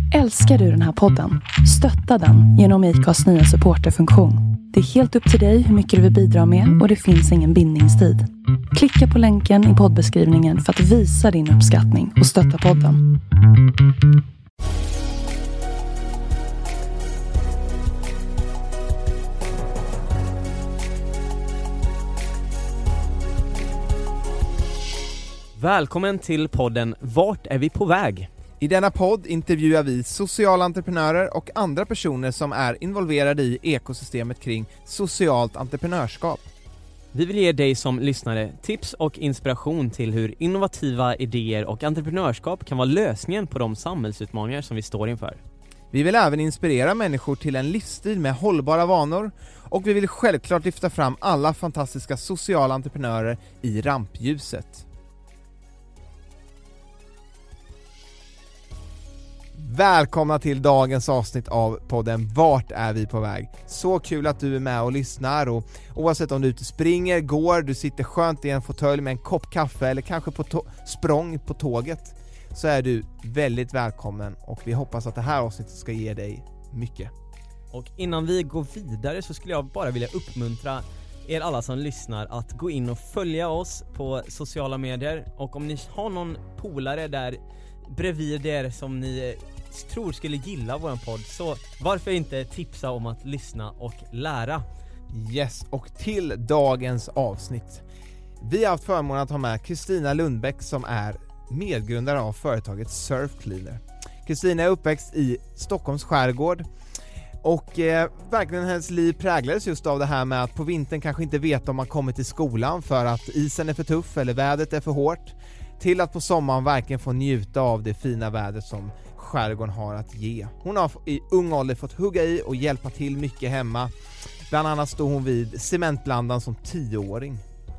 Älskar du den här podden? Stötta den genom IKAs nya supporterfunktion. Det är helt upp till dig hur mycket du vill bidra med och det finns ingen bindningstid. Klicka på länken i poddbeskrivningen för att visa din uppskattning och stötta podden. Välkommen till podden Vart är vi på väg? I denna podd intervjuar vi sociala entreprenörer och andra personer som är involverade i ekosystemet kring socialt entreprenörskap. Vi vill ge dig som lyssnare tips och inspiration till hur innovativa idéer och entreprenörskap kan vara lösningen på de samhällsutmaningar som vi står inför. Vi vill även inspirera människor till en livsstil med hållbara vanor och vi vill självklart lyfta fram alla fantastiska sociala entreprenörer i rampljuset. Välkomna till dagens avsnitt av podden Vart är vi på väg? Så kul att du är med och lyssnar, och oavsett om du ute springer, går, du sitter skönt i en fåtölj med en kopp kaffe eller kanske på språng på tåget, så är du väldigt välkommen och vi hoppas att det här avsnittet ska ge dig mycket. Och innan vi går vidare så skulle jag bara vilja uppmuntra er alla som lyssnar att gå in och följa oss på sociala medier, och om ni har någon polare där bredvid er som ni tror skulle gilla våran podd, så varför inte tipsa om att lyssna och lära. Yes, och till dagens avsnitt. Vi har haft förmånen att ha med Kristina Lundbäck som är medgrundare av företaget Surf Cleaner. Kristina är uppväxt i Stockholms skärgård och verkligen hennes liv präglades just av det här med att på vintern kanske inte veta om man kommer till skolan för att isen är för tuff eller vädret är för hårt, till att på sommaren verkligen få njuta av det fina vädret som skärgården har att ge. Hon har i ung ålder fått hugga i och hjälpa till mycket hemma. Bland annat stod hon vid cementblandan som 10-åring.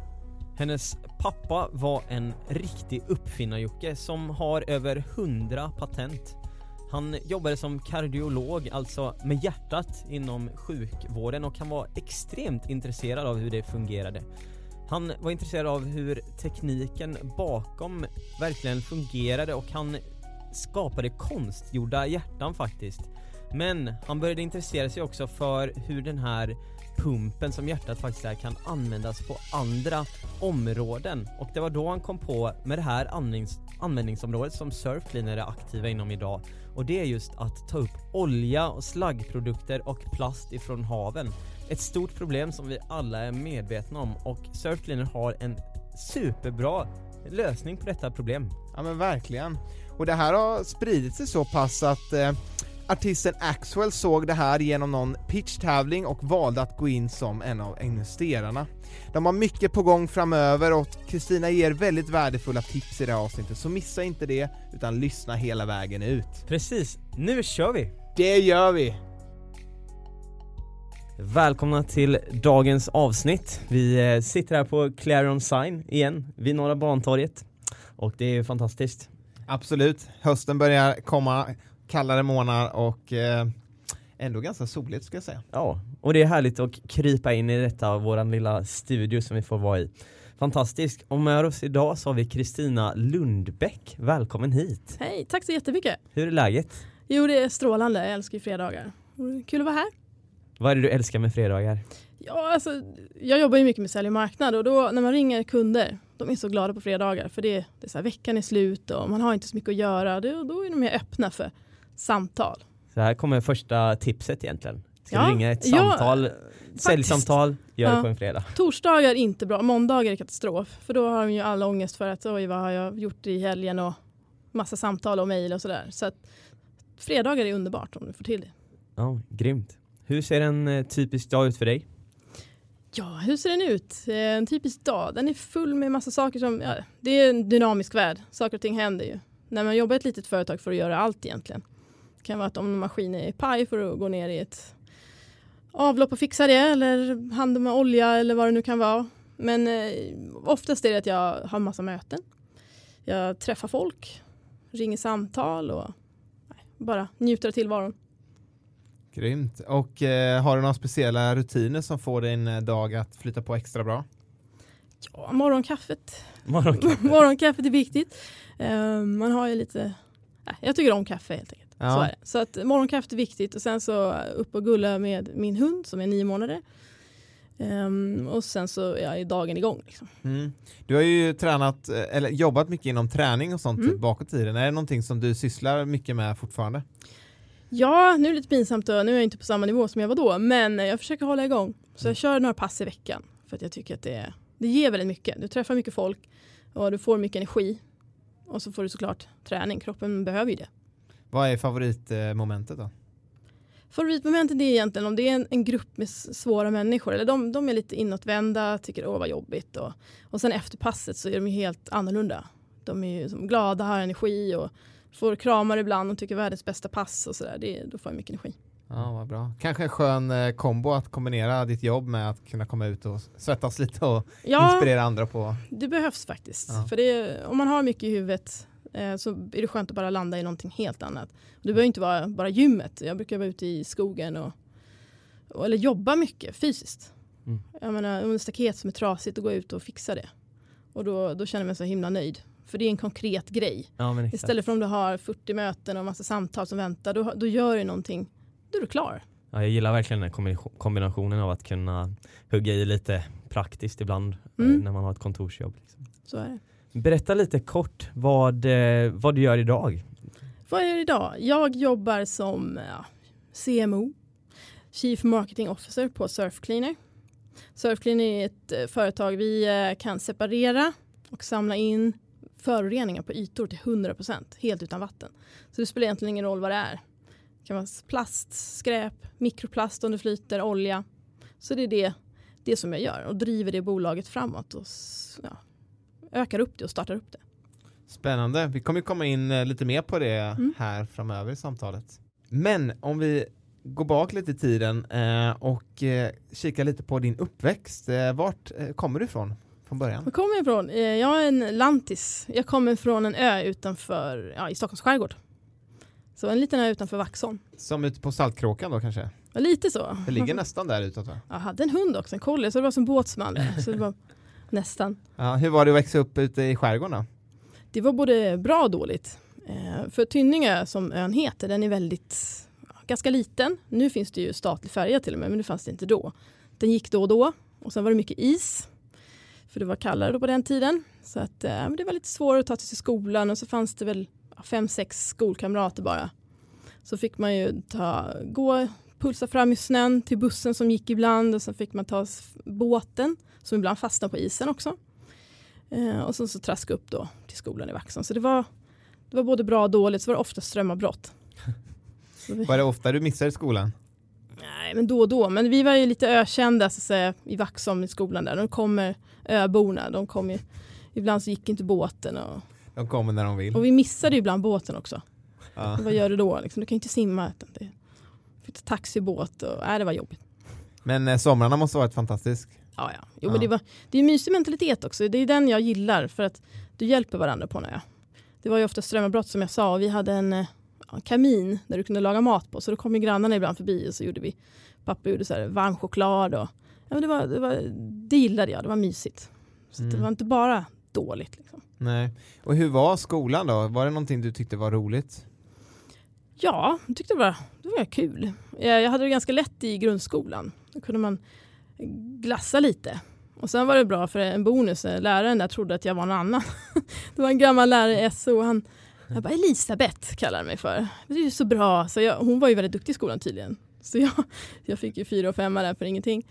Hennes pappa var en riktig uppfinnarjocke som har över 100 patent. Han jobbade som kardiolog, alltså med hjärtat inom sjukvården, och han var extremt intresserad av hur det fungerade. Han var intresserad av hur tekniken bakom verkligen fungerade, och han skapade konstgjorda hjärtan faktiskt. Men han började intressera sig också för hur den här pumpen som hjärtat faktiskt är kan användas på andra områden. Och det var då han kom på med det här användningsområdet som Surf Cleaner är aktiva inom idag. Och det är just att ta upp olja och slaggprodukter och plast ifrån haven. Ett stort problem som vi alla är medvetna om, och Surf Cleaner har en superbra lösning på detta problem. Ja men verkligen. Och det här har spridit sig så pass att artisten Axwell såg det här genom någon pitch-tävling och valde att gå in som en av investerarna. De har mycket på gång framöver och Kristina ger väldigt värdefulla tips i det här avsnittet, så missa inte det utan lyssna hela vägen ut. Precis, nu kör vi! Det gör vi! Välkomna till dagens avsnitt. Vi sitter här på Clarion Sign igen vid Norra Bantorget, och det är fantastiskt. Absolut, hösten börjar komma, kallare månader och ändå ganska soligt ska jag säga. Ja, och det är härligt att krypa in i detta, våran lilla studio som vi får vara i. Fantastiskt. Och med oss idag så har vi Kristina Lundbäck. Välkommen hit. Hej, tack så jättemycket. Hur är läget? Jo, det är strålande. Jag älskar ju fredagar. Kul att vara här. Vad är det du älskar med fredagar? Ja, alltså, jag jobbar ju mycket med sälj och marknad, och då när man ringer kunder, de är så glada på fredagar, för det är så här, veckan är slut och man har inte så mycket att göra. Då är de mer öppna för samtal. Så här kommer första tipset egentligen. Ska du ringa ett samtal, säljsamtal, gör det på en fredag. Torsdagar är inte bra, måndagar är katastrof. För då har de ju alla ångest för att oj, vad har jag gjort i helgen, och massa samtal och mejl och sådär. Så att fredagar är underbart om du får till det. Ja, grymt. Hur ser en typisk dag ut för dig? Ja, hur ser den ut? En typisk dag, den är full med massa saker som, ja, det är en dynamisk värld. Saker och ting händer ju. När man jobbar i ett litet företag får du göra allt egentligen. Det kan vara att om en maskin är paj får du gå ner i ett avlopp och fixa det, eller handla med olja eller vad det nu kan vara. Men oftast är det att jag har massa möten. Jag träffar folk, ringer samtal och bara njuter av tillvaron. Grymt. Och har du några speciella rutiner som får din dag att flyta på extra bra? Ja, morgonkaffet. Morgonkaffet är viktigt. Man har ju lite... jag tycker om kaffe helt enkelt. Ja. Så är det. Så att morgonkaffe är viktigt och sen så upp och gulla med min hund som är 9 månader. Och sen så är dagen igång. Liksom. Du har ju tränat, eller jobbat mycket inom träning och sånt bakåt i tiden. Är det någonting som du sysslar mycket med fortfarande? Ja, nu är det lite pinsamt och nu är jag inte på samma nivå som jag var då. Men jag försöker hålla igång. Så jag kör några pass i veckan. För att jag tycker att det ger väldigt mycket. Du träffar mycket folk och du får mycket energi. Och så får du såklart träning. Kroppen behöver ju det. Vad är favoritmomentet då? Favoritmomentet är egentligen om det är en grupp med svåra människor. Eller de är lite inåtvända, tycker vad jobbigt. Och sen efter passet så är de ju helt annorlunda. De är ju som glada, har energi och får kramar ibland och tycker världens bästa pass och sådär. Då får jag mycket energi. Ja, vad bra. Kanske en skön kombo att kombinera ditt jobb med att kunna komma ut och svettas lite och inspirera andra på. Det behövs faktiskt. Ja. För om man har mycket i huvudet så är det skönt att bara landa i någonting helt annat. Det behöver inte vara bara gymmet. Jag brukar vara ute i skogen eller jobba mycket fysiskt. Jag menar, om en staket som är trasigt och gå ut och fixa det. Och då känner jag mig så himla nöjd. För det är en konkret grej. Ja, men istället för om du har 40 möten och massa samtal som väntar, då gör du någonting. Då är du klar. Ja, jag gillar verkligen den här kombinationen av att kunna hugga i lite praktiskt ibland när man har ett kontorsjobb. Liksom. Så är det. Berätta lite kort vad du gör idag. Vad jag gör idag? Jag jobbar som CMO, Chief Marketing Officer på Surf Cleaner. Surf Cleaner är ett företag. Vi kan separera och samla in föroreningar på ytor till 100%, helt utan vatten. Så det spelar egentligen ingen roll vad det är. Det kan vara plast, skräp, mikroplast om det flyter, olja. Så det är det som jag gör och driver det bolaget framåt och ökar upp det och startar upp det. Spännande. Vi kommer komma in lite mer på det här framöver i samtalet. Men om vi går bak lite i tiden och kikar lite på din uppväxt. Vart kommer du ifrån från början? Var kommer jag ifrån? Jag är en lantis. Jag kommer från en ö utanför, i Stockholms skärgård. Så en liten ö utanför Vaxholm. Som ute på Saltkråkan då kanske? Ja, lite så. Det ligger nästan där utåt, va? Jag hade en hund också, en collie, så det var som båtsman. Så det var nästan. Ja, hur var det att växa upp ute i skärgården då? Det var både bra och dåligt. För Tynningö, som ön heter, den är ganska liten. Nu finns det ju statlig färja till och med, men det fanns det inte då. Den gick då och då. Och sen var det mycket is. För det var kallare då på den tiden. Så att, det var lite svårare att ta till sig skolan. Och så fanns det väl 5-6 skolkamrater bara. Så fick man ju pulsa fram i snön till bussen som gick ibland. Och så fick man ta båten som ibland fastnade på isen också. Och så traska upp då till skolan i Vaxholm. Så det var både bra och dåligt. Så var det ofta strömavbrott. Var det ofta du missade skolan? Nej, men då och då. Men vi var ju lite ökända så att säga, i Vaxholm i skolan där. De kommer öborna. De kom ju, ibland så gick inte båten. De kommer när de vill. Och vi missade ju ibland båten också. Ja. Vad gör du då? Liksom, du kan ju inte simma. Det fick ta taxibåt. Det var jobbigt. Men somrarna måste ha varit fantastiskt. Ja. Jo, men det är mysig mentalitet också. Det är den jag gillar för att du hjälper varandra på en ö. Det var ju ofta strömavbrott som jag sa. Och vi hade en kamin där du kunde laga mat på. Så då kom ju grannarna ibland förbi och så gjorde pappa gjorde så här varm choklad. Det gillade jag. Det var mysigt. Så det var inte bara dåligt. Liksom. Nej. Och hur var skolan då? Var det någonting du tyckte var roligt? Ja, jag tyckte det var kul. Jag hade det ganska lätt i grundskolan. Då kunde man glassa lite. Och sen var det bra för en bonus. Läraren där trodde att jag var någon annan. Det var en gammal lärare i SO. Jag bara, Elisabeth kallar mig för. Det är ju så bra. Så hon var ju väldigt duktig i skolan tydligen. Så jag fick ju 4 och 5 där för ingenting.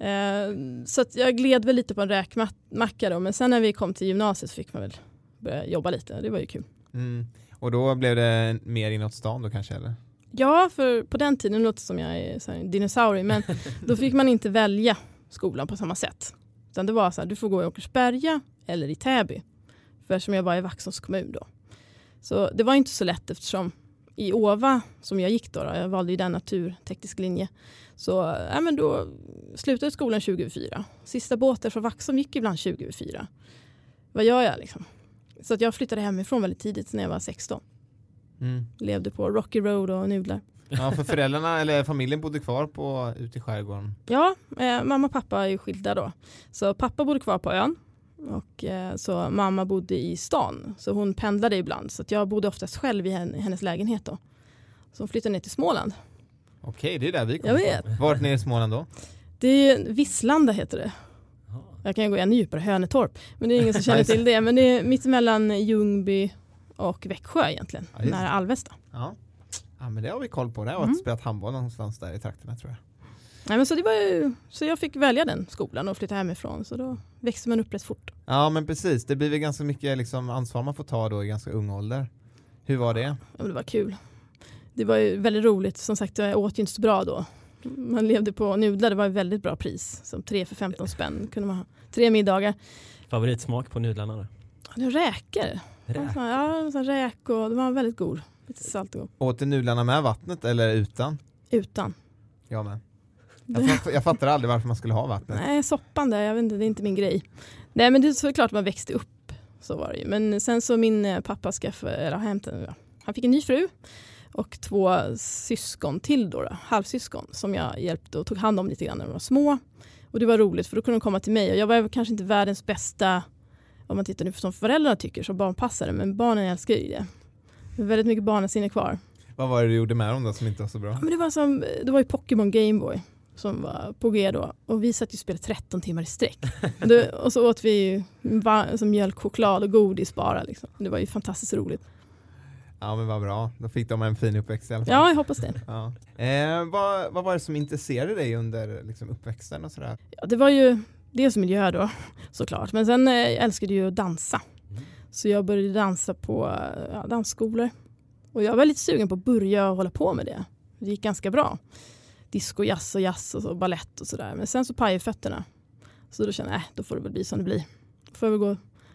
Så att jag gled väl lite på en räkmacka då. Men sen när vi kom till gymnasiet så fick man väl börja jobba lite. Det var ju kul. Och då blev det mer inåt stan då kanske, eller? Ja, för på den tiden låter det som jag är så här, en dinosaurie. Men då fick man inte välja skolan på samma sätt. Utan det var så här, du får gå i Åkersberga eller i Täby. För som jag var i Vaxholms kommun då. Så det var inte så lätt eftersom i Åva som jag gick då jag valde ju den naturteknisk linje. Så men då slutade skolan 2004. Sista båten från Vaxholm gick ibland 2004. Vad gör jag liksom? Så att jag flyttade hemifrån väldigt tidigt när jag var 16. Levde på Rocky Road och nudlar. Ja, för föräldrarna eller familjen bodde kvar ute i skärgården. Ja, mamma och pappa är ju skilda då. Så pappa bodde kvar på ön. Och så mamma bodde i stan. Så hon pendlade ibland. Så att jag bodde oftast själv i hennes lägenhet då. som flyttade ner till Småland. Okej, det är där vi kommer. Jag vet. Vart ner i Småland då? Det är Visslanda heter det. Jag kan gå ännu djupare, Hönetorp. Men det är ingen som känner till det. Men det är mitt emellan Ljungby och Växjö egentligen. Ja, nära Alvesta. Ja, men det har vi koll på. Det har spelat handboll någonstans där i trakterna tror jag. Nej, men så jag fick välja den skolan och flytta hemifrån. Så då växte man upp rätt fort. Ja, men precis. Det blir väl ganska mycket liksom, ansvar man får ta då i ganska ung ålder. Hur var det? Ja, det var kul. Det var ju väldigt roligt. Som sagt, jag åt ju inte så bra då. Man levde på nudlar, det var ett väldigt bra pris. Som 3 för 15 spänn kunde man ha. 3 middagar. Favoritsmak på nudlarna då? Ja, det räkor. Ja, så räk och det var väldigt god. Lite salt och god. Åt du nudlarna med vattnet eller utan? Utan. Ja, men. Jag fattar aldrig varför man skulle ha vattnet. Nej, soppan där, jag vet inte, det är inte min grej. Nej, men det är så klart man växte upp. Så var det ju. Men sen så min pappa han fick en ny fru. Och 2 syskon till då, halvsyskon som jag hjälpte och tog hand om lite grann när de var små. Och det var roligt för då kunde de komma till mig. Och jag var kanske inte världens bästa, om man tittar nu som föräldrarna tycker, som barnpassare. Men barnen älskar ju det. Det är väldigt mycket barnasinne kvar. Vad var det du gjorde med dem då som inte var så bra? Ja, men det var ju Pokémon Game Boy som var på G då. Och vi satt ju och spelade 13 timmar i sträck. Och så åt vi ju som mjölk, choklad och godis bara. Liksom. Det var ju fantastiskt roligt. Ja, men vad bra. Då fick de en fin uppväxt i alla fall. Ja, jag hoppas det. Ja. Vad var det som intresserade dig under liksom, uppväxten och sådär? Ja, det var ju dels miljö då, såklart. Men sen älskade jag att dansa. Så jag började dansa på dansskolor. Och jag var lite sugen på att börja hålla på med det. Det gick ganska bra. Disco, jazz och så, ballett och sådär. Men sen så pajade fötterna. Så då kände jag, då får det väl bli som det blir. Då får jag väl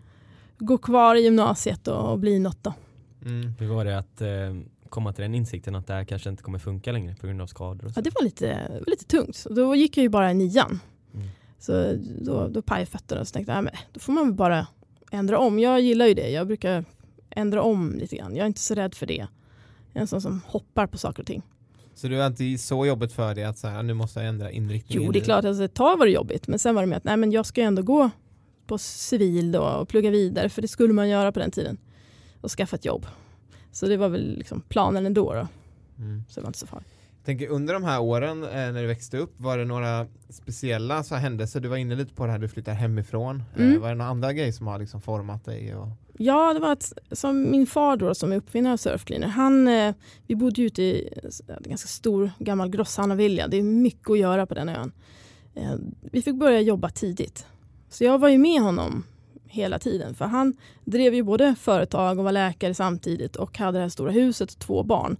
gå kvar i gymnasiet och bli något då. Hur var det att komma till den insikten att det här kanske inte kommer funka längre på grund av skador? Och så? Ja, det var lite tungt. Då gick jag ju bara i 9:an. Så då pajade fötterna och så tänkte jag, då får man väl bara ändra om. Jag gillar ju det. Jag brukar ändra om lite grann. Jag är inte så rädd för det. Jag är en sån som hoppar på saker och ting. Så du är inte så jobbigt för dig att så här, nu måste jag ändra inriktningen? Jo, det är klart att ett tag var det jobbigt. Men sen var det med att jag ska ändå gå på civil då och plugga vidare. För det skulle man göra på den tiden. Och skaffa ett jobb. Så det var väl liksom planen ändå då. Så det var inte så farligt. Tänker under de här åren när du växte upp, var det några speciella så här händelser? Du var inne lite på det här, du flyttar hemifrån. Var det några andra grejer som har liksom format dig? Ja, det var som min far då som är uppfinnare av surfcleaner. Vi bodde ute i en ganska stor gammal grosshandlarvilla. Det är mycket att göra på den ön. Vi fick börja jobba tidigt. Så jag var ju med honom hela tiden. För han drev ju både företag och var läkare samtidigt och hade det här stora huset och 2 barn.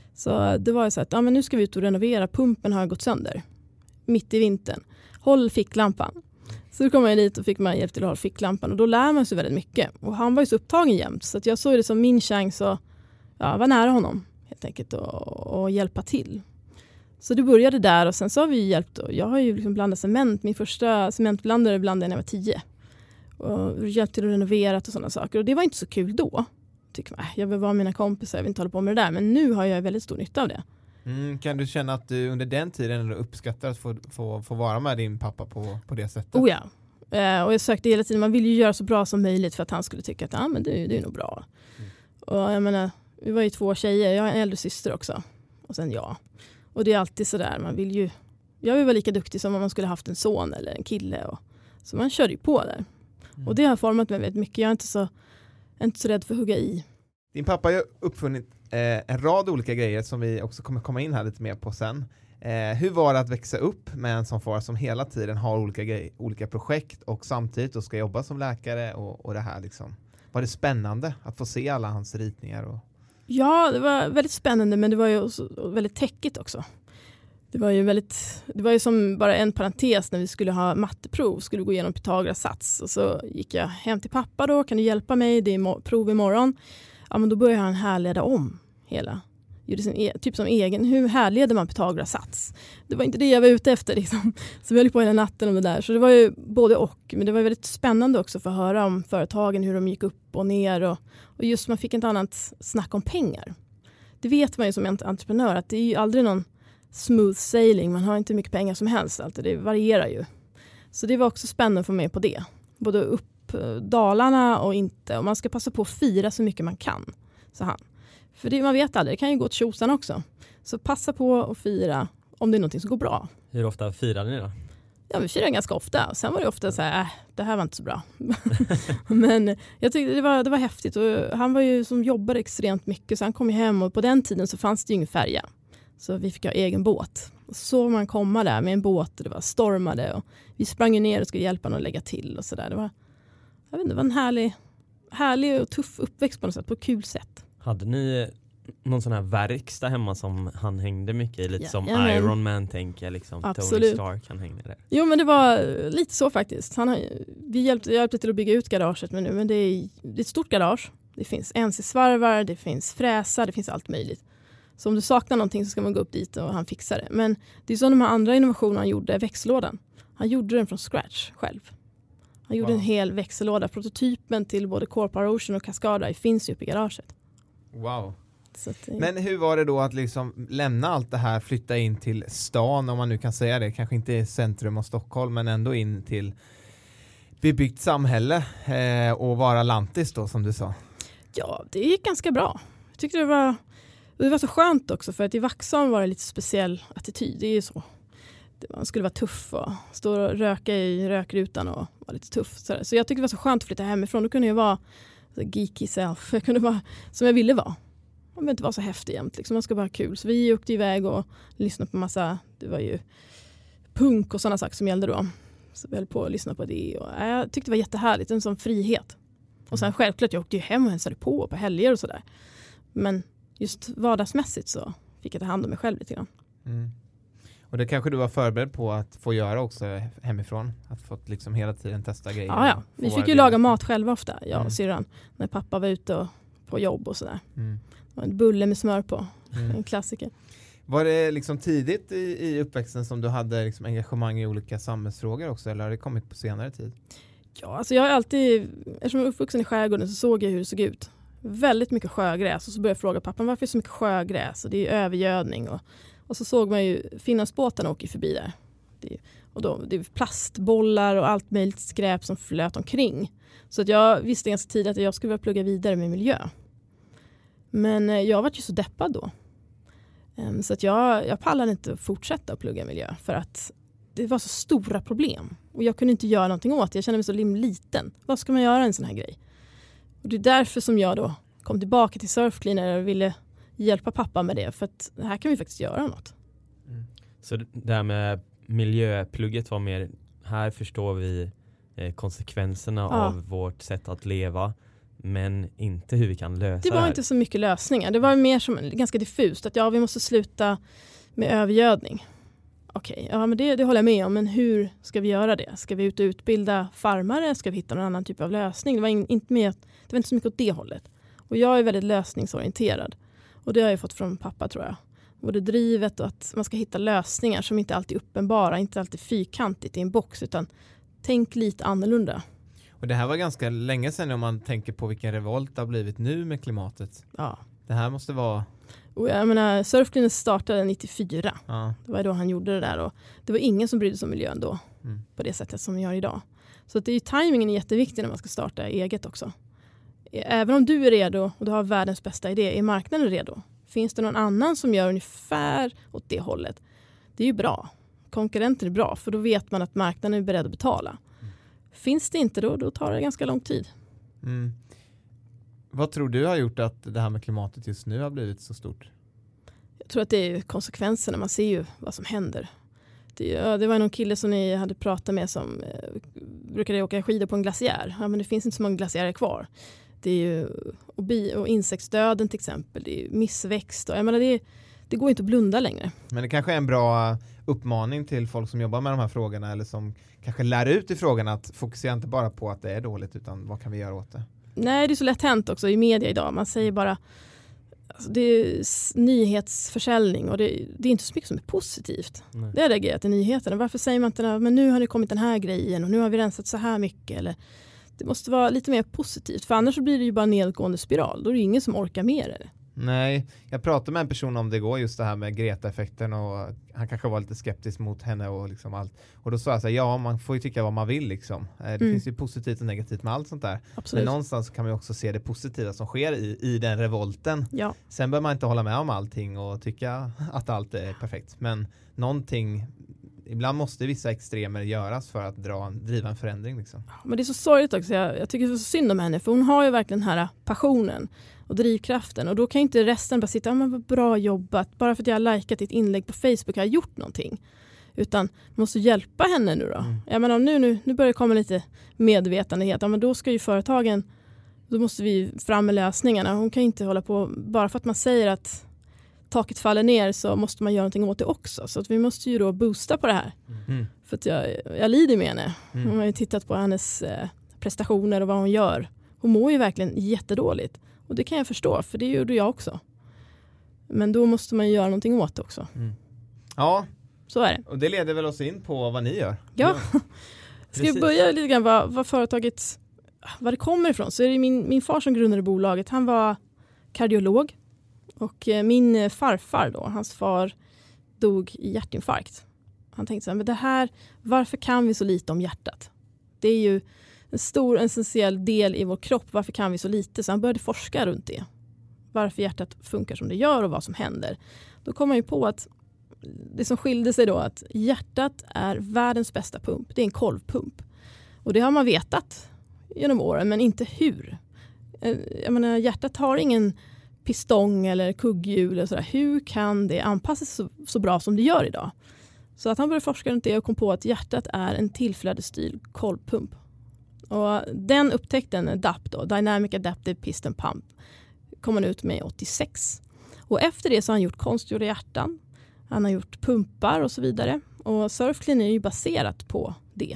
Så det var ju så att men nu ska vi ut och renovera. Pumpen har gått sönder. Mitt i vintern. Håll ficklampan. Så då kom jag dit och fick man hjälp till att hålla ficklampan. Och då lär man sig väldigt mycket. Och han var ju så upptagen jämt. Så att jag såg det som min chans att vara nära honom. Helt enkelt. Och hjälpa till. Så det började där. Och sen så har vi hjälpt. Och jag har ju liksom blandat cement. Min första cementblandare blandade när jag var 10. Och hjälpt till att renovera och sådana saker. Och det var inte så kul då. Tycker man. Jag vill vara mina kompisar. Jag vill inte hålla på med det där. Men nu har jag väldigt stor nytta av det. Kan du känna att du under den tiden uppskattar att få vara med din pappa på det sättet? Oh ja. Och jag sökte hela tiden. Man ville ju göra så bra som möjligt för att han skulle tycka att men det är nog bra. Och jag menar, vi var ju 2 tjejer. Jag har en äldre syster också. Och sen jag. Och det är alltid sådär. Jag vill vara lika duktig som om man skulle haft en son eller en kille. Så man kör ju på där. Och det har format mig väldigt mycket. Jag är inte så rädd för att hugga i. Din pappa har ju uppfunnit en rad olika grejer som vi också kommer komma in här lite mer på sen. Hur var det att växa upp med en sån far som hela tiden har olika projekt och samtidigt då ska jobba som läkare och det här liksom? Var det spännande att få se alla hans ritningar? Ja, det var väldigt spännande, men det var ju också väldigt täckigt också. Det var ju som bara en parentes när vi skulle ha matteprov, skulle gå igenom Pythagoras sats. Och så gick jag hem till pappa då, kan du hjälpa mig? Det är prov imorgon. Ja, men då började han härleda om hela. Gjorde sin typ som egen. Hur härleder man Pythagoras sats? Det var inte det jag var ute efter liksom. Så vi höll på hela natten om det där. Så det var ju både och. Men det var väldigt spännande också för att höra om företagen, hur de gick upp och ner. Och just man fick ett annat snack om pengar. Det vet man ju som entreprenör att det är ju aldrig någon smooth sailing. Man har inte mycket pengar som helst. Alltid. Det varierar ju. Så det var också spännande för mig på det. Både upp dalarna och inte. Och man ska passa på att fira så mycket man kan, sa han. För man vet aldrig, det kan ju gå åt tjosan också. Så passa på att fira om det är någonting som går bra. Hur ofta firade ni då? Ja, vi firade ganska ofta. Sen var det ofta så här, det här var inte så bra. Men jag tyckte det var häftigt. Och han var ju som jobbade extremt mycket, så han kom ju hem och på den tiden så fanns det ju ingen färja. Så vi fick ha egen båt. Och så såg man komma där med en båt och det var stormade och vi sprang ner och skulle hjälpa honom att lägga till och sådär. Det var en härlig och tuff uppväxt på något sätt, på ett kul sätt. Hade ni någon sån här verkstad hemma som han hängde mycket i? Lite som Iron Man tänker jag, liksom. Tony Stark, han hängde där. Jo, men det var lite så faktiskt. Jag hjälpte till att bygga ut garaget men det är ett stort garage. Det finns NC-svarvar, det finns fräsar, det finns allt möjligt. Så om du saknar någonting så ska man gå upp dit och han fixar det. Men det är så de här andra innovationerna han gjorde, växellådan. Han gjorde den från scratch själv. Han gjorde en hel växellåda. Prototypen till både Corporation och Cascada finns ju uppe i garaget. Wow. Men hur var det då att liksom lämna allt det här, flytta in till stan, om man nu kan säga det, kanske inte i centrum av Stockholm men ändå in till bebyggt samhälle och vara lantis då som du sa? Ja, det gick ganska bbra. Jag tyckte det var så skönt också, för att i Vaxholm var det lite speciell attityd. Det är ju så. Man skulle vara tuff och stå och röka i rökrutan och vara lite tuff. Så jag tyckte det var så skönt att flytta hemifrån. Då kunde jag vara geeky self. Jag kunde vara som jag ville vara. Man behöver inte vara så häftig jämt. Liksom. Man ska bara ha kul. Så vi åkte iväg och lyssnade på massa, det var ju punk och sådana saker som gällde då. Så vi höll på att lyssna på det. Och jag tyckte det var jättehärligt. En sån frihet. Och sen självklart, jag åkte ju hem och hälsade på helger och sådär. Men just vardagsmässigt så fick jag ta hand om mig själv lite grann. Mm. Och det kanske du var förberedd på att få göra också hemifrån? Att få liksom hela tiden testa grejer? Ja. Vi fick ju laga mat själva ofta, jag och syrran. När pappa var ute på jobb och sådär. Och en bulle med smör på. En klassiker. Var det liksom tidigt i uppväxten som du hade liksom engagemang i olika samhällsfrågor också? Eller har det kommit på senare tid? Ja, alltså jag har alltid, eftersom jag är uppvuxen i skärgården så såg jag hur det såg ut. Väldigt mycket sjögräs. Och så började jag fråga pappan, varför är det så mycket sjögräs? Och det är övergödning. Och så såg man ju Finlandsbåtarna åker förbi där. Det är plastbollar och allt möjligt skräp som flöt omkring. Så att jag visste ganska tidigt att jag skulle vilja plugga vidare med miljö. Men jag var ju så deppad då. Så att jag pallade inte att fortsätta att plugga miljö. För att det var så stora problem. Och jag kunde inte göra någonting åt det. Jag kände mig så liten. Vad ska man göra en sån här grej? Och det är därför som jag då kom tillbaka till Surf Cleaner och ville hjälpa pappa med det. För att här kan vi faktiskt göra något. Så det här med miljöplugget var mer, här förstår vi konsekvenserna av vårt sätt att leva, men inte hur vi kan lösa det. Det var inte så mycket lösningar. Det var mer som ganska diffust. Att vi måste sluta med övergödning. Okej, men det håller jag med om. Men hur ska vi göra det? Ska vi ut och utbilda farmare? Ska vi hitta någon annan typ av lösning? Det var inte så mycket åt det hållet. Och jag är väldigt lösningsorienterad. Och det har jag fått från pappa, tror jag. Både drivet och att man ska hitta lösningar som inte alltid är uppenbara. Inte alltid fyrkantigt i en box, utan tänk lite annorlunda. Och det här var ganska länge sedan om man tänker på vilken revolt det har blivit nu med klimatet. Ja. Det här måste vara... Och jag menar, Surf Cleaner startade 94. Ja. Det var då han gjorde det där. Och det var ingen som brydde sig om miljön då. På det sättet som vi gör idag. Så att det är ju, timingen är jätteviktig när man ska starta eget också. Även om du är redo och du har världens bästa idé, är marknaden redo? Finns det någon annan som gör ungefär åt det hållet? Det är ju bra. Konkurrenter är bra, för då vet man att marknaden är beredd att betala. Finns det inte då tar det ganska lång tid. Vad tror du har gjort att det här med klimatet just nu har blivit så stort? Jag tror att det är konsekvenserna. Man ser ju vad som händer. Det var någon kille som ni hade pratat med som brukade åka skidor på en glaciär. Ja, men det finns inte så många glaciärer kvar. Det är ju och insektsdöden till exempel. Det är missväxt. Och jag menar, det går inte att blunda längre. Men det kanske är en bra uppmaning till folk som jobbar med de här frågorna eller som kanske lär ut i frågan att fokusera inte bara på att det är dåligt utan vad kan vi göra åt det? Nej, det är så lätt hänt också i media idag. Man säger bara alltså det är nyhetsförsäljning och det är inte så mycket som är positivt. Nej. Det är reagerat i nyheterna. Varför säger man inte men nu har det kommit den här grejen och nu har vi rensat så här mycket eller det måste vara lite mer positivt för annars så blir det ju bara en nedgående spiral. Då är det ingen som orkar med det. Nej, jag pratade med en person om det igår, just det här med Greta-effekten, och han kanske var lite skeptisk mot henne och liksom allt. Och då sa jag så här, ja, man får ju tycka vad man vill liksom. Det finns ju positivt och negativt med allt sånt där. Absolut. Men någonstans kan man ju också se det positiva som sker i den revolten. Ja. Sen bör man inte hålla med om allting och tycka att allt är perfekt. Men någonting, ibland måste vissa extremer göras för att driva en förändring liksom. Men det är så sorgligt också. Jag tycker det är så synd om henne, för hon har ju verkligen den här passionen och drivkraften, och då kan inte resten bara sitta, men vad bra jobbat, bara för att jag har likat ditt inlägg på Facebook har jag gjort någonting, utan måste hjälpa henne nu då. Jag menar, nu börjar det komma lite medvetenhet, men då ska ju företagen, då måste vi fram med lösningarna. Hon kan inte hålla på, bara för att man säger att taket faller ner så måste man göra någonting åt det också, så att vi måste ju då boosta på det här. För att jag lider med henne. Hon har ju tittat på hennes prestationer och vad hon gör. Hon mår ju verkligen jättedåligt. Och det kan jag förstå, för det gjorde jag också. Men då måste man ju göra någonting åt det också. Ja, så är det. Och det leder väl oss in på vad ni gör. Ja. Ska vi börja lite grann vad företaget, vad det kommer ifrån. Så är det min far som grundade bolaget. Han var kardiolog. Och min farfar då, hans far dog i hjärtinfarkt. Han tänkte så här, men det här, varför kan vi så lite om hjärtat? Det är ju en stor essentiell del i vår kropp. Varför kan vi så lite? Så han började forska runt det. Varför hjärtat funkar som det gör och vad som händer. Då kom man ju på att det som skilde sig då, att hjärtat är världens bästa pump. Det är en kolvpump. Och det har man vetat genom åren, men inte hur. Jag menar, hjärtat har ingen pistong eller kugghjul eller sådär. Hur kan det anpassas så bra som det gör idag? Så att han började forska runt det och kom på att hjärtat är en tillflödesstyrd kolvpump. Och den upptäckten, DAP då, Dynamic Adaptive Piston Pump, kom han ut med 86. Och efter det så har han gjort konstgjorda hjärtan. Han har gjort pumpar och så vidare. Och SurfCleaner är ju baserat på det.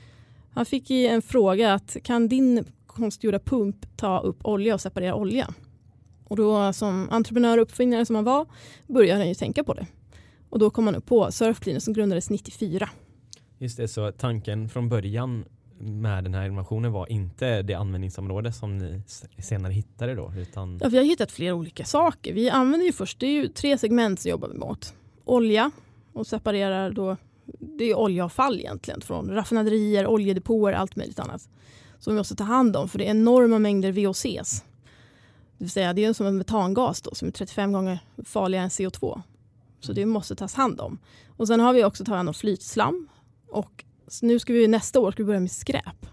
Han fick ju en fråga att kan din konstgjorda pump ta upp olja och separera olja? Och då som entreprenör och uppfinnare som han var började han ju tänka på det. Och då kom han upp på SurfCleaner som grundades 94. Just det, så tanken från början med den här innovationen var inte det användningsområde som ni senare hittade då, utan... Ja, vi har hittat flera olika saker. Vi använder ju först, det är ju 3 segment som jobbar vi mot. Olja, och separerar då, det är oljeavfall egentligen från raffinaderier, oljedepåer, allt möjligt annat. Som vi måste ta hand om, för det är enorma mängder VOCs. Det vill säga, det är som en metangas då, som är 35 gånger farligare än CO2. Så det måste tas hand om. Och sen har vi också tagit hand om flytslam. Och nu ska vi nästa år börja med skräp.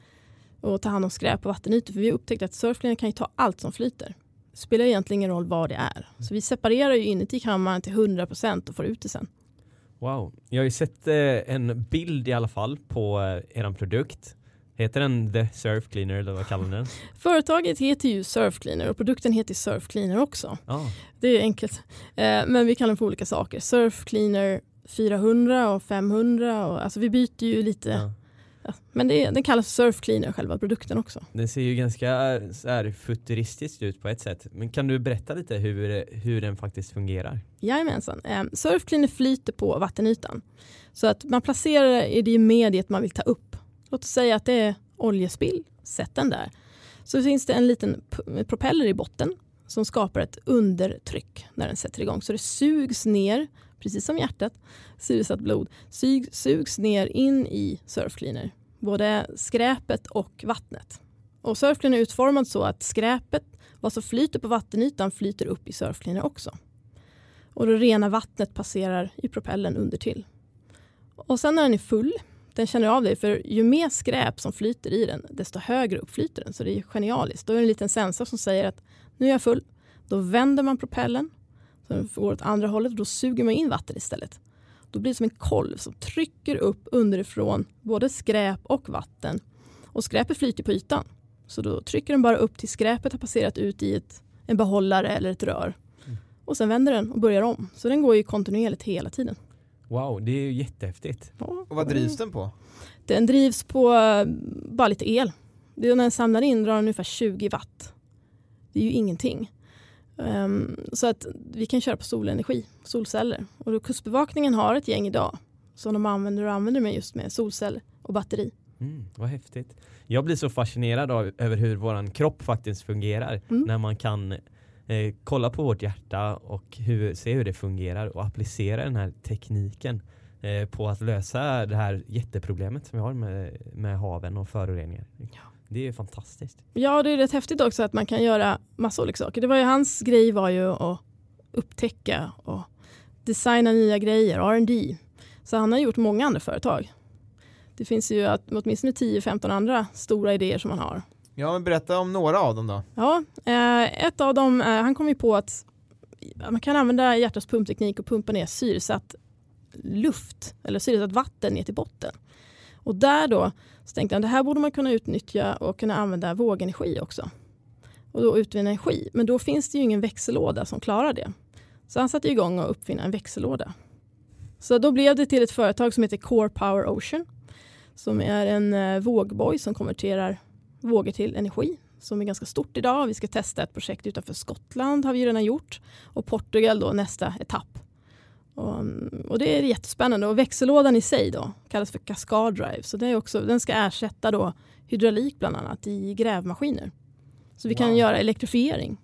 Och ta hand om skräp på vattenytor. För vi har upptäckt att SurfCleaner kan ju ta allt som flyter. Det spelar egentligen ingen roll vad det är. Så vi separerar ju inuti kammaren till 100% och får ut det sen. Wow. Jag har ju sett en bild i alla fall på eran produkt. Heter den The SurfCleaner eller vad kallar den? Företaget heter ju SurfCleaner och produkten heter SurfCleaner också. Det är enkelt. Men vi kallar den för olika saker. SurfCleaner 400 och 500. Och, alltså vi byter ju lite. Ja. Men den kallas SurfCleaner, själva produkten också. Den ser ju ganska så här futuristiskt ut på ett sätt. Men kan du berätta lite hur den faktiskt fungerar? Jajamensan. SurfCleaner flyter på vattenytan. Så att man placerar i det mediet man vill ta upp. Låt oss säga att det är oljespill. Sätt den där. Så finns det en liten propeller i botten som skapar ett undertryck när den sätter igång. Så det sugs ner, precis som hjärtat, syresatt blod, sugs ner in i SurfCleaner. Både skräpet och vattnet. Och SurfCleaner är utformad så att skräpet, vad som flyter på vattenytan, flyter upp i SurfCleaner också. Och det rena vattnet passerar i propellern under till. Och sen när den är full, den känner av det, för ju mer skräp som flyter i den, desto högre upp flyter den. Så det är genialiskt. Då är det en liten sensor som säger att nu är jag full. Då vänder man propellen, så den går åt andra hållet, och då suger man in vatten istället. Då blir det som en kolv som trycker upp underifrån både skräp och vatten. Och skräpet flyter på ytan. Så då trycker den bara upp till skräpet har passerat ut i en behållare eller ett rör. Och sen vänder den och börjar om. Så den går ju kontinuerligt hela tiden. Wow, det är ju jättehäftigt. Och vad drivs den på? Den drivs på bara lite el. Det är när den samlar in drar den ungefär 20 watt. Det är ju ingenting. Så att vi kan köra på solenergi, solceller. Och då Kustbevakningen har ett gäng idag som de använder med just med solceller och batteri. Vad häftigt. Jag blir så fascinerad över hur våran kropp faktiskt fungerar när man kan kolla på vårt hjärta och se hur det fungerar och applicera den här tekniken på att lösa det här jätteproblemet som vi har med haven och föroreningar. Ja. Det är fantastiskt. Ja, det är rätt häftigt också att man kan göra massa olika saker. Det var ju hans grej var ju att upptäcka och designa nya grejer, R&D. Så han har gjort många andra företag. Det finns ju åtminstone 10-15 andra stora idéer som han har. Ja, men berätta om några av dem då. Ja, ett av dem, han kom ju på att man kan använda hjärtats pumpteknik och pumpa ner syresatt luft eller syresatt vatten ner till botten. Och där då så tänkte han det här borde man kunna utnyttja och kunna använda vågenergi också. Och då utvinna energi. Men då finns det ju ingen växellåda som klarar det. Så han satte igång och uppfinna en växellåda. Så då blev det till ett företag som heter Core Power Ocean. Som är en vågboj som konverterar vågor till energi. Som är ganska stort idag. Vi ska testa ett projekt utanför Skottland har vi ju redan gjort. Och Portugal då nästa etapp. Och det är jättespännande. Och växellådan i sig då kallas för Cascade Drive. Så det är också, den ska ersätta då hydraulik bland annat i grävmaskiner. Så vi kan göra elektrifiering.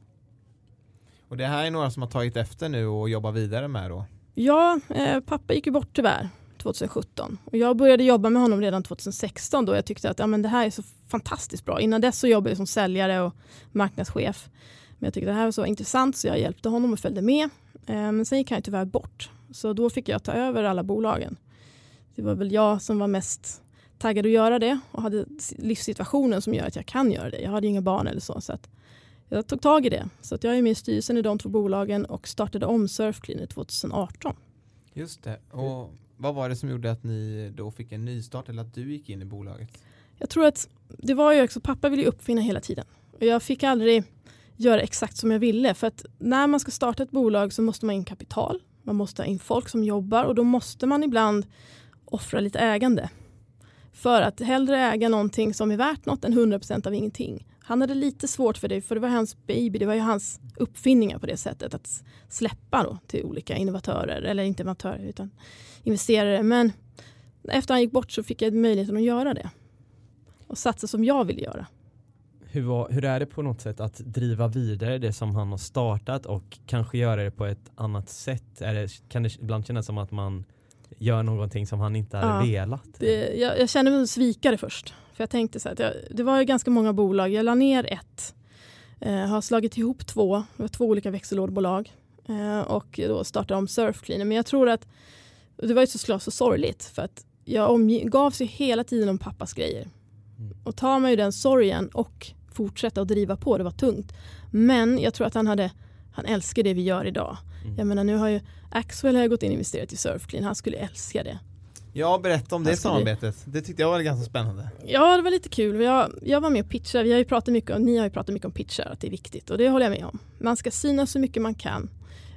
Och det här är några som har tagit efter nu och jobbar vidare med då? Ja, pappa gick ju bort tyvärr 2017. Och jag började jobba med honom redan 2016 då jag tyckte att det här är så fantastiskt bra. Innan dess så jobbade jag som säljare och marknadschef. Men jag tyckte det här var så intressant så jag hjälpte honom och följde med. Men sen gick han ju tyvärr bort. Så då fick jag ta över alla bolagen. Det var väl jag som var mest taggad att göra det. Och hade livssituationen som gör att jag kan göra det. Jag hade inga barn eller så att jag tog tag i det. Så att jag är med i styrelsen i de 2 bolagen och startade om Surf Cleaner 2018. Just det. Och vad var det som gjorde att ni då fick en nystart eller att du gick in i bolaget? Jag tror att det var ju också, pappa ville ju uppfinna hela tiden. Och jag fick aldrig göra exakt som jag ville. För att när man ska starta ett bolag så måste man in kapital. Man måste ha in folk som jobbar och då måste man ibland offra lite ägande. För att hellre äga någonting som är värt något än 100% av ingenting. Han hade lite svårt för det, för det var hans baby, det var ju hans uppfinningar på det sättet att släppa då till olika innovatörer, eller inte innovatörer utan investerare. Men efter han gick bort så fick jag möjligheten att göra det och satsa som jag ville göra. Hur är det på något sätt att driva vidare det som han har startat och kanske göra det på ett annat sätt? Kan det ibland kännas som att man gör någonting som han inte hade velat? Jag kände mig svikare först. För jag tänkte så att det var ju ganska många bolag. Jag la ner ett. Har slagit ihop 2. Det var 2 olika växellådbolag. Och då startade om Surf Cleaner. Men jag tror att det var ju så sorgligt. För att jag gavs ju hela tiden om pappas grejer. Och tar man ju den sorgen och fortsätta att driva på. Det var tungt. Men jag tror att han älskar det vi gör idag. Jag menar nu har ju Axwell gått in och investerat i Surf Clean. Han skulle älska det. Ja, berätta om det samarbetet. Det tyckte jag var ganska spännande. Ja, det var lite kul. Jag var med och pitchade. Ni har ju pratat mycket om pitchar, att det är viktigt. Och det håller jag med om. Man ska synas så mycket man kan.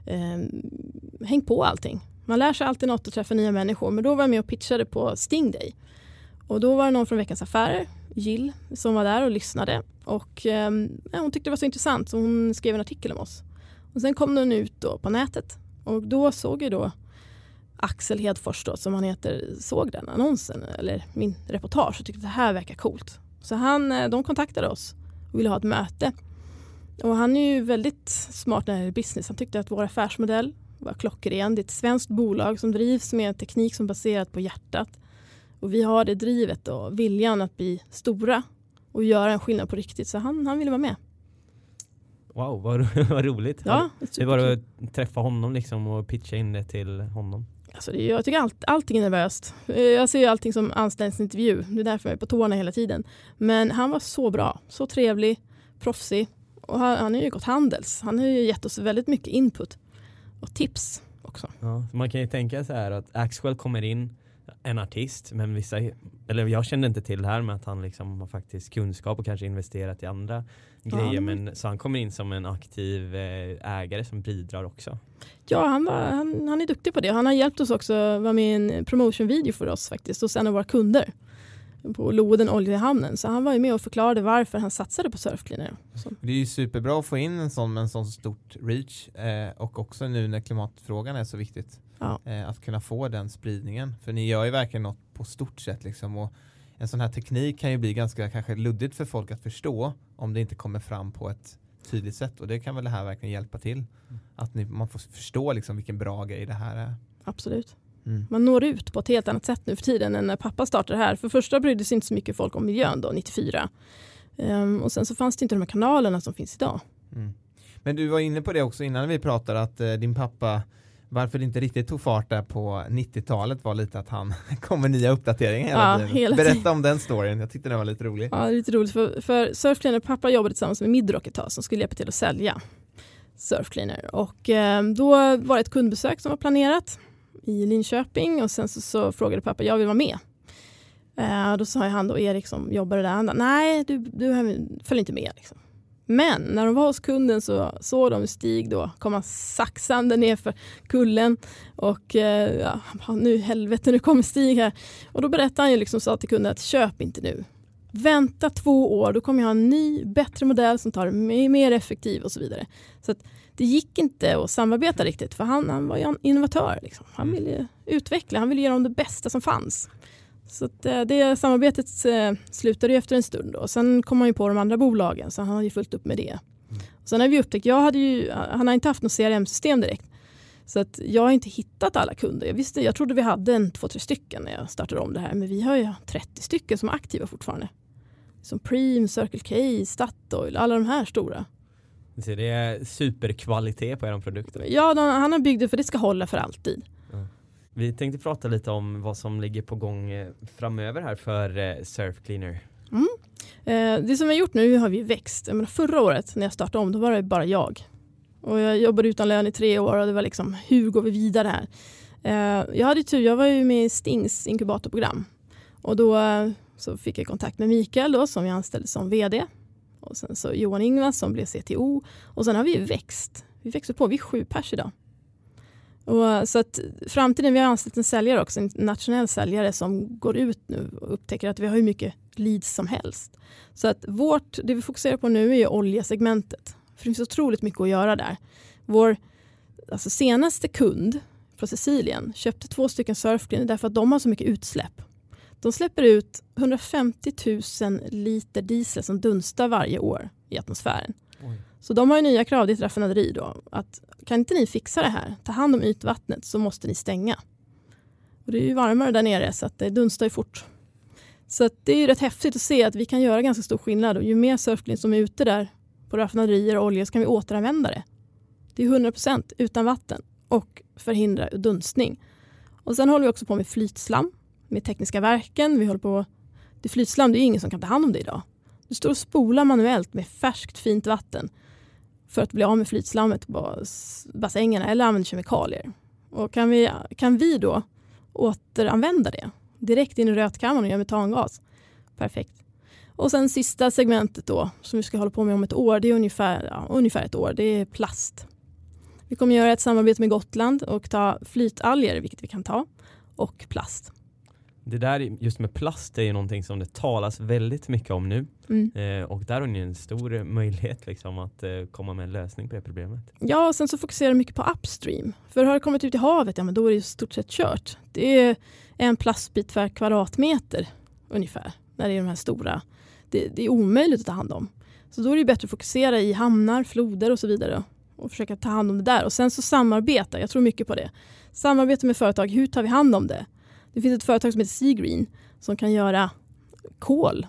Häng på allting. Man lär sig alltid något och träffa nya människor. Men då var jag med och pitchade på Sting Day. Och då var det någon från Veckans Affärer, Jill, som var där och lyssnade. Och hon tyckte det var så intressant så hon skrev en artikel om oss. Och sen kom den ut då på nätet. Och då såg jag då Axel Hedfors då, som han heter, såg den annonsen eller min reportage och tyckte att det här verkar coolt. Så de kontaktade oss och ville ha ett möte. Och han är ju väldigt smart när det är business. Han tyckte att vår affärsmodell var klockren. Det är ett svenskt bolag som drivs med teknik som baserat på hjärtat. Och vi har det drivet och viljan att bli stora och göra en skillnad på riktigt. Så han ville vara med. Wow, vad roligt. Ja, det var att träffa honom liksom och pitcha in det till honom. Alltså jag tycker allting är nervöst. Jag ser ju allting som anställningsintervju. Det är därför jag är på tårna hela tiden. Men han var så bra, så trevlig, proffsig. Och han har ju gått handels. Han har ju gett oss väldigt mycket input och tips också. Ja, man kan ju tänka så här att Axwell kommer in, en artist, men jag kände inte till det här med att han liksom har faktiskt kunskap och kanske investerat i andra grejer, men så han kommer in som en aktiv ägare som bidrar också. Ja, han är duktig på det. Han har hjälpt oss också vara med i en promotion-video för oss faktiskt hos en av våra kunder på Loden oljehamnen. Så han var ju med och förklarade varför han satsade på Surf Cleaner. Det är ju superbra att få in en sån stort reach och också nu när klimatfrågan är så viktigt. Ja. Att kunna få den spridningen. För ni gör ju verkligen något på stort sätt liksom, och en sån här teknik kan ju bli ganska kanske luddigt för folk att förstå om det inte kommer fram på ett tydligt sätt, och det kan väl det här verkligen hjälpa till. Att man får förstå liksom vilken bra grej det här är. Absolut. Man når ut på ett helt annat sätt nu för tiden än när pappa startade här. För första brydde sig inte så mycket folk om miljön då, 94. Och sen så fanns det inte de här kanalerna som finns idag. Men du var inne på det också innan vi pratade, att din pappa, varför det inte riktigt tog fart där på 90-talet var lite att han kom med nya uppdateringar hela tiden. Berätta om den storyn, jag tyckte den var lite rolig. Ja, det är lite roligt för Surfcleaner, pappa jobbade tillsammans med Midrock ett tag som skulle hjälpa till att sälja Surfcleaner. Och då var det ett kundbesök som var planerat i Linköping och sen så frågade pappa, jag vill vara med. Då sa han då, Erik som jobbade där, nej du följer inte med liksom. Men när de var hos kunden så såg de Stig då komma saxande ner för kullen och nu helvete, nu kommer Stig här. Och då berättade han ju liksom, sa till kunden att köp inte nu. Vänta 2 år, då kommer jag ha en ny, bättre modell som tar mer effektiv och så vidare. Så att det gick inte att samarbeta riktigt för han var ju en innovatör. Liksom. Han ville utveckla, han ville ge dem det bästa som fanns. Så att det samarbetet slutade ju efter en stund. Och sen kom han ju på de andra bolagen så han har ju fullt upp med det. Och sen har vi upptäckt, han har inte haft något CRM-system direkt. Så att jag har inte hittat alla kunder. Jag trodde vi hade 2-3 stycken när jag startade om det här. Men vi har ju 30 stycken som är aktiva fortfarande. Som Preem, Circle K, Statoil, alla de här stora. Så det är superkvalitet på era produkter. Ja, han har byggt det för det ska hålla för alltid. Vi tänkte prata lite om vad som ligger på gång framöver här för Surfcleaner. Det som vi har gjort nu har vi växt. Jag menar, förra året när jag startade om, då var det bara jag. Och jag jobbade utan lön i 3 år och det var liksom, hur går vi vidare här? Jag hade tur, jag var ju med i Stings inkubatorprogram. Och då så fick jag kontakt med Mikael då, som jag anställde som vd. Och sen så Johan Ingvars som blev CTO. Och sen har vi växt. Vi växer på, vi är 7 pers idag. Och så att framtiden, vi har anställt en säljare också, en nationell säljare som går ut nu och upptäcker att vi har hur mycket leads som helst. Så att det vi fokuserar på nu är oljesegmentet. För det finns otroligt mycket att göra där. Vår senaste kund från Sicilien köpte 2 stycken Surfcleaner därför att de har så mycket utsläpp. De släpper ut 150 000 liter diesel som dunstar varje år i atmosfären. Oj. Så de har ju nya krav, det är ett raffinaderi då, att kan inte ni fixa det här, ta hand om ytvattnet så måste ni stänga. Och det är ju varmare där nere så att det dunstar ju fort. Så att det är ju rätt häftigt att se att vi kan göra ganska stor skillnad och ju mer Surfcleaner som är ute där på raffinaderier och olja så kan vi återanvända det. Det är 100% utan vatten och förhindra dunstning. Och sen håller vi också på med flytslam med Tekniska verken. Vi håller på, det flytslam, det är ingen som kan ta hand om det idag. Du står och spolar manuellt med färskt fint vatten för att bli av med flytslammet på bassängerna eller använda kemikalier. Och kan vi då återanvända det direkt in i rötkammaren och göra metangas? Perfekt. Och sen sista segmentet då som vi ska hålla på med om ett år, det är ungefär ett år, det är plast. Vi kommer göra ett samarbete med Gotland och ta flytalger, vilket vi kan ta, och plast. Det där just med plast är ju någonting som det talas väldigt mycket om nu. Och där har ni en stor möjlighet liksom att komma med en lösning på det problemet. Ja, och sen så fokuserar vi mycket på upstream. För har det kommit ut i havet, ja men då är det i stort sett kört. Det är en plastbit per kvadratmeter ungefär. När det är de här stora. Det är omöjligt att ta hand om. Så då är det bättre att fokusera i hamnar, floder och så vidare. Och försöka ta hand om det där. Och sen så samarbeta, jag tror mycket på det. Samarbeta med företag, hur tar vi hand om det? Det finns ett företag som heter Seagreen som kan göra kol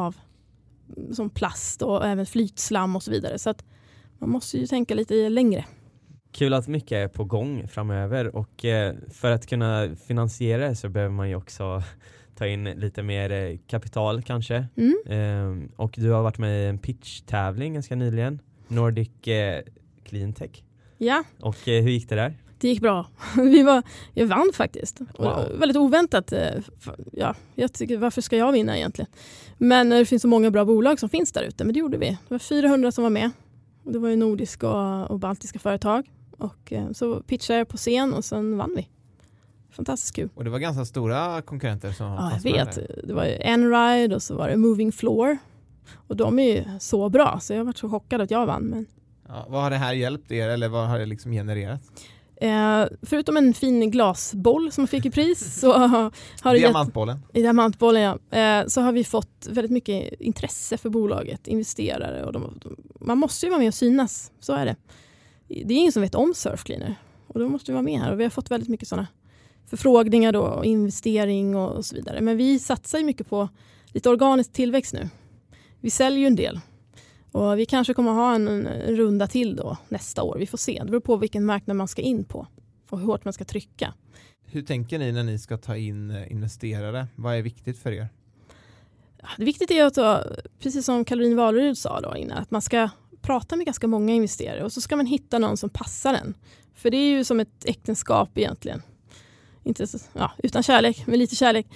som plast och även flytslam och så vidare. Så att man måste ju tänka lite längre. Kul att mycket är på gång framöver och för att kunna finansiera det så behöver man ju också ta in lite mer kapital kanske. Och du har varit med i en pitch-tävling ganska nyligen. Nordic Cleantech. Ja. Och hur gick det där? Det gick bra. Jag vann faktiskt. Wow. Väldigt oväntat. Ja, jag tycker, varför ska jag vinna egentligen? Men det finns så många bra bolag som finns där ute. Men det gjorde vi. Det var 400 som var med. Och det var ju nordiska och baltiska företag. Och så pitchade jag på scen och sen vann vi. Fantastiskt kul. Och det var ganska stora konkurrenter som ja, jag vet. Det var ju Enride och så var det Moving Floor. Och de är ju så bra. Så jag var så chockad att jag vann. Men... Ja, vad har det här hjälpt er eller vad har det liksom genererat? Förutom en fin glasboll som fick i pris så har Diamantbollen. Så har vi fått väldigt mycket intresse för bolaget, investerare och man måste ju vara med och synas, så är det. Det är ingen som vet om Surfcleaner och då måste vi vara med här och vi har fått väldigt mycket sådana förfrågningar då, investering och så vidare. Men vi satsar ju mycket på lite organisk tillväxt nu. Vi säljer ju en del. Och vi kanske kommer ha en runda till då nästa år. Vi får se. Det beror på vilken marknad man ska in på. Och hur hårt man ska trycka. Hur tänker ni när ni ska ta in investerare? Vad är viktigt för er? Ja, det viktiga är att, precis som Caroline Wahlrud sa då innan, att man ska prata med ganska många investerare. Och så ska man hitta någon som passar en. För det är ju som ett äktenskap egentligen. Inte så, utan kärlek, men lite kärlek.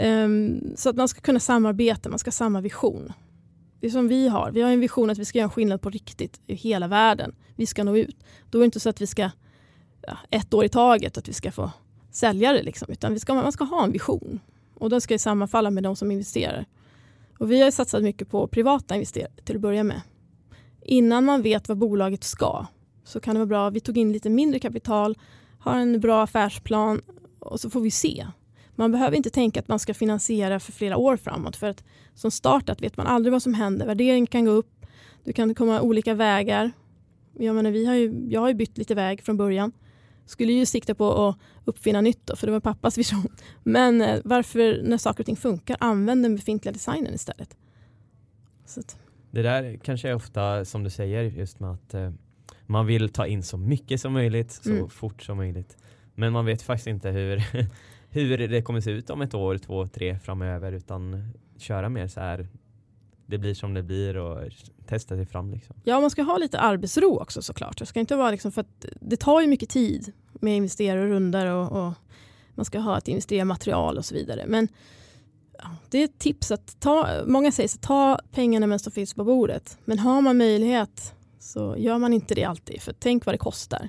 Så att man ska kunna samarbeta, man ska ha samma vision. Det är som vi har en vision att vi ska göra en skillnad på riktigt i hela världen. Vi ska nå ut. Då är det inte så att vi ska ett år i taget att vi ska få sälja det liksom, utan man ska ha en vision. Och då ska det sammanfalla med de som investerar. Och vi har satsat mycket på privata investerare till att börja med. Innan man vet vad bolaget ska så kan det vara bra. Vi tog in lite mindre kapital, har en bra affärsplan och så får vi se. Man behöver inte tänka att man ska finansiera för flera år framåt. För att som startat vet man aldrig vad som händer. Värdering kan gå upp. Det kan komma olika vägar. Jag har ju bytt lite väg från början. Skulle ju sikta på att uppfinna nytt då, för det var pappas vision. Men varför när saker och ting funkar använd den befintliga designen istället. Så att. Det där kanske är ofta som du säger just med att man vill ta in så mycket som möjligt så fort som möjligt. Men man vet faktiskt inte hur det kommer se ut om ett år, 2, 3 framöver, utan köra mer så här det blir som det blir och testa sig fram liksom. Ja, man ska ha lite arbetsro också såklart. Det ska inte vara liksom, för att det tar ju mycket tid med investerare och rundar och man ska ha ett investerarmaterial och så vidare. Men det är ett tips att många säger så ta pengarna medan de finns på bordet. Men har man möjlighet så gör man inte det alltid, för tänk vad det kostar.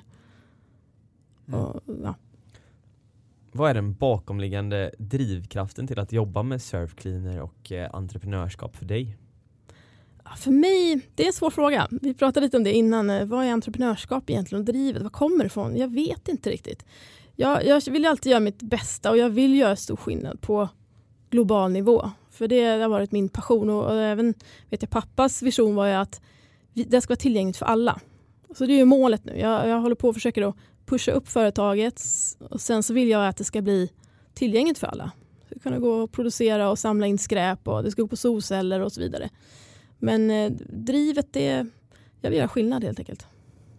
Och, Vad är den bakomliggande drivkraften till att jobba med Surfcleaner och entreprenörskap för dig? För mig, det är en svår fråga. Vi pratade lite om det innan. Vad är entreprenörskap egentligen och drivet? Vad kommer det ifrån? Jag vet inte riktigt. Jag vill alltid göra mitt bästa och jag vill göra stor skillnad på global nivå. För det har varit min passion och även pappas vision var ju att det ska vara tillgängligt för alla. Så det är ju målet nu. Jag håller på och försöker då pusha upp företaget och sen så vill jag att det ska bli tillgängligt för alla. Så vi kan gå och producera och samla in skräp och det ska gå på solceller och så vidare. Men drivet jag vill göra skillnad helt enkelt.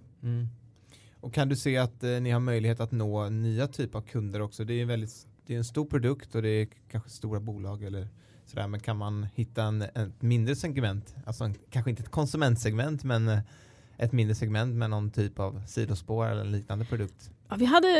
Och kan du se att ni har möjlighet att nå nya typer av kunder också? Det är en stor produkt och det är kanske stora bolag eller sådär, men kan man hitta ett mindre segment, alltså kanske inte ett konsumentsegment men ett mindre segment med någon typ av sidospår eller en liknande produkt? Ja,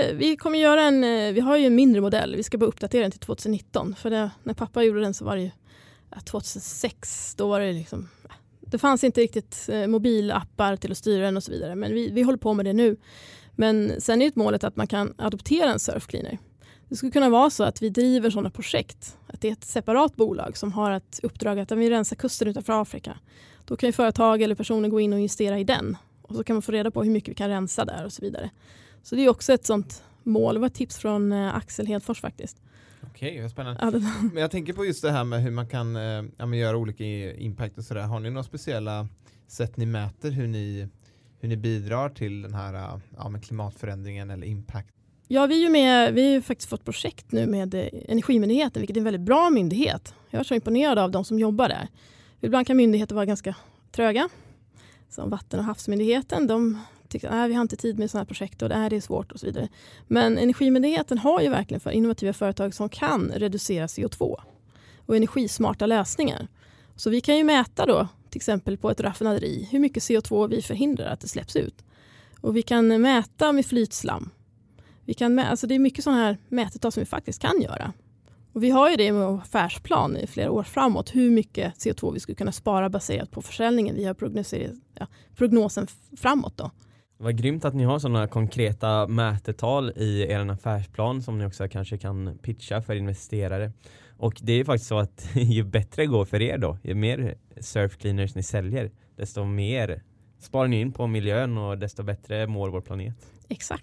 vi har ju en mindre modell. Vi ska bara uppdatera den till 2019. För när pappa gjorde den så var det ju 2006. Då var det liksom, det fanns inte riktigt mobilappar till att styra den och så vidare. Men vi håller på med det nu. Men sen är ett målet att man kan adoptera en Surfcleaner. Det skulle kunna vara så att vi driver sådana projekt. Att det är ett separat bolag som har ett uppdrag att vi rensar kusten utanför Afrika. Då kan ju företag eller personer gå in och investera i den. Och så kan man få reda på hur mycket vi kan rensa där och så vidare. Så det är också ett sånt mål. Det var ett tips från Axel Hedfors faktiskt. Okej, vad spännande. Men jag tänker på just det här med hur man kan göra olika impact och sådär. Har ni några speciella sätt ni mäter hur ni bidrar till den här med klimatförändringen eller impact? Ja, vi har ju faktiskt fått projekt nu med Energimyndigheten, vilket är en väldigt bra myndighet. Jag är så imponerad av de som jobbar där. Ibland kan myndigheter vara ganska tröga. Som Vatten- och havsmyndigheten, de tycker att vi har inte tid med sådana här projekt och det är svårt och så vidare. Men Energimyndigheten har ju verkligen för innovativa företag som kan reducera CO2 och energismarta lösningar. Så vi kan ju mäta då till exempel på ett raffinaderi hur mycket CO2 vi förhindrar att det släpps ut. Och vi kan mäta med flytslam. Alltså det är mycket sådana här mätetal som vi faktiskt kan göra. Och vi har ju det med affärsplan i flera år framåt. Hur mycket CO2 vi skulle kunna spara baserat på försäljningen. Vi har prognosen framåt då. Vad grymt att ni har sådana konkreta mätetal i er affärsplan som ni också kanske kan pitcha för investerare. Och det är faktiskt så att ju bättre det går för er då, ju mer Surfcleaners ni säljer, desto mer sparar ni in på miljön och desto bättre mår vår planet. Exakt.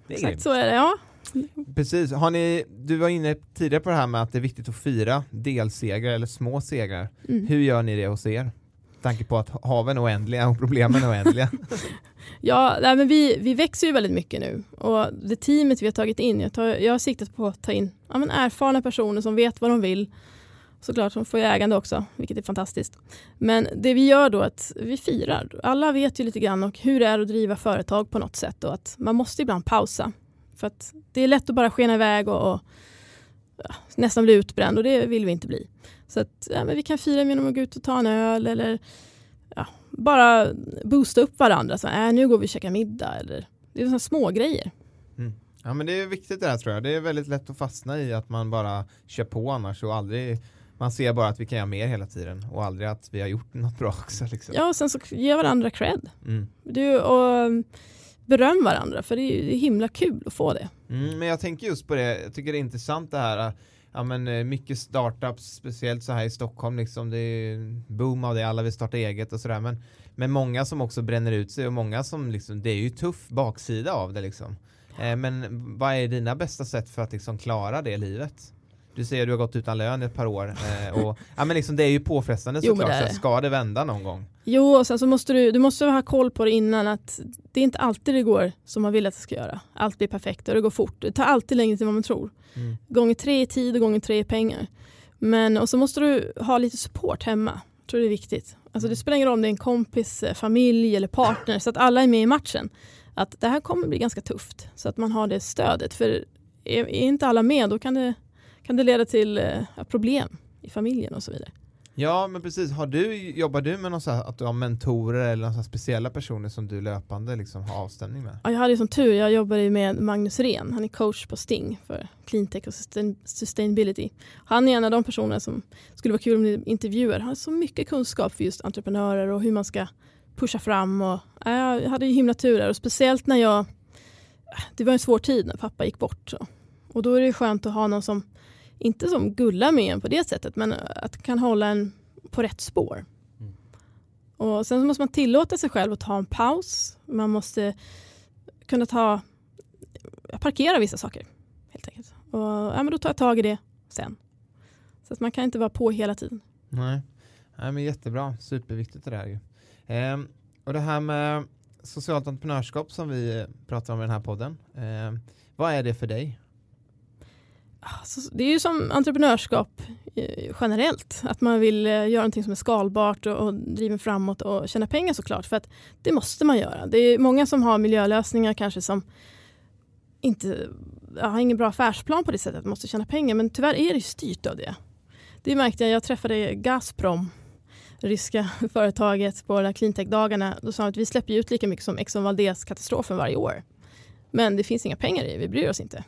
Det är Exakt så är det, ja. Precis. Du var inne tidigare på det här med att det är viktigt att fira delsegrar eller små segrar. Hur gör ni det hos er? Tanke på att haven är oändliga och problemen är oändliga. Ja, men vi växer ju väldigt mycket nu. Och det teamet vi har tagit in, jag har siktat på att ta in erfarna personer som vet vad de vill. Såklart som får ägande också, vilket är fantastiskt. Men det vi gör då är att vi firar. Alla vet ju lite grann och hur det är att driva företag på något sätt. Och att man måste ibland pausa. För att det är lätt att bara skena iväg och nästan bli utbränd. Och det vill vi inte bli. Så att men vi kan fira genom att gå ut och ta en öl. Eller bara boosta upp varandra. Så, nu går vi och käkar middag. Eller, det är sådana små grejer. Ja, men det är viktigt det här, tror jag. Det är väldigt lätt att fastna i att man bara kör på annars och aldrig, man ser bara att vi kan göra mer hela tiden och aldrig att vi har gjort något bra också. Liksom. Ja, och sen så ge varandra cred. Och beröm varandra, för det är himla kul att få det. Men jag tänker just på det, jag tycker det är intressant det här. Ja, men mycket startups, speciellt så här i Stockholm, liksom, det är boom av det, alla vill starta eget och sådär. Men många som också bränner ut sig och många som liksom, det är ju tuff baksida av det liksom. Men vad är dina bästa sätt för att liksom klara det livet? Du säger att du har gått utan lön i ett par år. Men liksom, det är ju påfrestande såklart. Så ska det vända någon gång? Jo, och sen så måste du måste ha koll på det innan. Att det är inte alltid det går som man vill att det ska göra. Allt blir perfekt och det går fort. Det tar alltid längre till vad man tror. Gånger 3 i tid och gånger 3 i pengar. Och så måste du ha lite support hemma. Jag tror det är viktigt. Alltså det spelar ingen roll om det är en kompis, familj eller partner. Så att alla är med i matchen. Att det här kommer bli ganska tufft. Så att man har det stödet. För är inte alla med, då kan det leda till problem i familjen och så vidare. Ja, men precis. Jobbar du med någon så här, att du har mentorer eller några speciella personer som du löpande liksom har avstämning med? Ja, jag hade ju som tur. Jag jobbade med Magnus Ren. Han är coach på Sting för cleantech och sustainability. Han är en av de personer som skulle vara kul om ni intervjuar. Han har så mycket kunskap för just entreprenörer och hur man ska pusha fram. Och, jag hade ju himla tur där. Och speciellt när det var en svår tid när pappa gick bort. Så. Och då är det skönt att ha någon som inte som gullar med en på det sättet, men att kan hålla en på rätt spår. Och sen så måste man tillåta sig själv att ta en paus. Man måste kunna parkera vissa saker helt enkelt. Och men då tar jag tag i det sen. Så att man kan inte vara på hela tiden. Nej, men jättebra. Superviktigt det där ju. Och det här med socialt entreprenörskap som vi pratar om i den här podden. Vad är det för dig? Alltså, det är ju som entreprenörskap generellt. Att man vill göra någonting som är skalbart och driver framåt och tjäna pengar såklart. För att det måste man göra. Det är många som har miljölösningar kanske som inte har ingen bra affärsplan på det sättet. Man måste tjäna pengar. Men tyvärr är det styrt av det. Det märkte jag träffade Gazprom, ryska företaget, på de cleantech-dagarna. Då sa de att vi släpper ut lika mycket som Exxon Valdez-katastrofen varje år. Men det finns inga pengar i, vi bryr oss inte.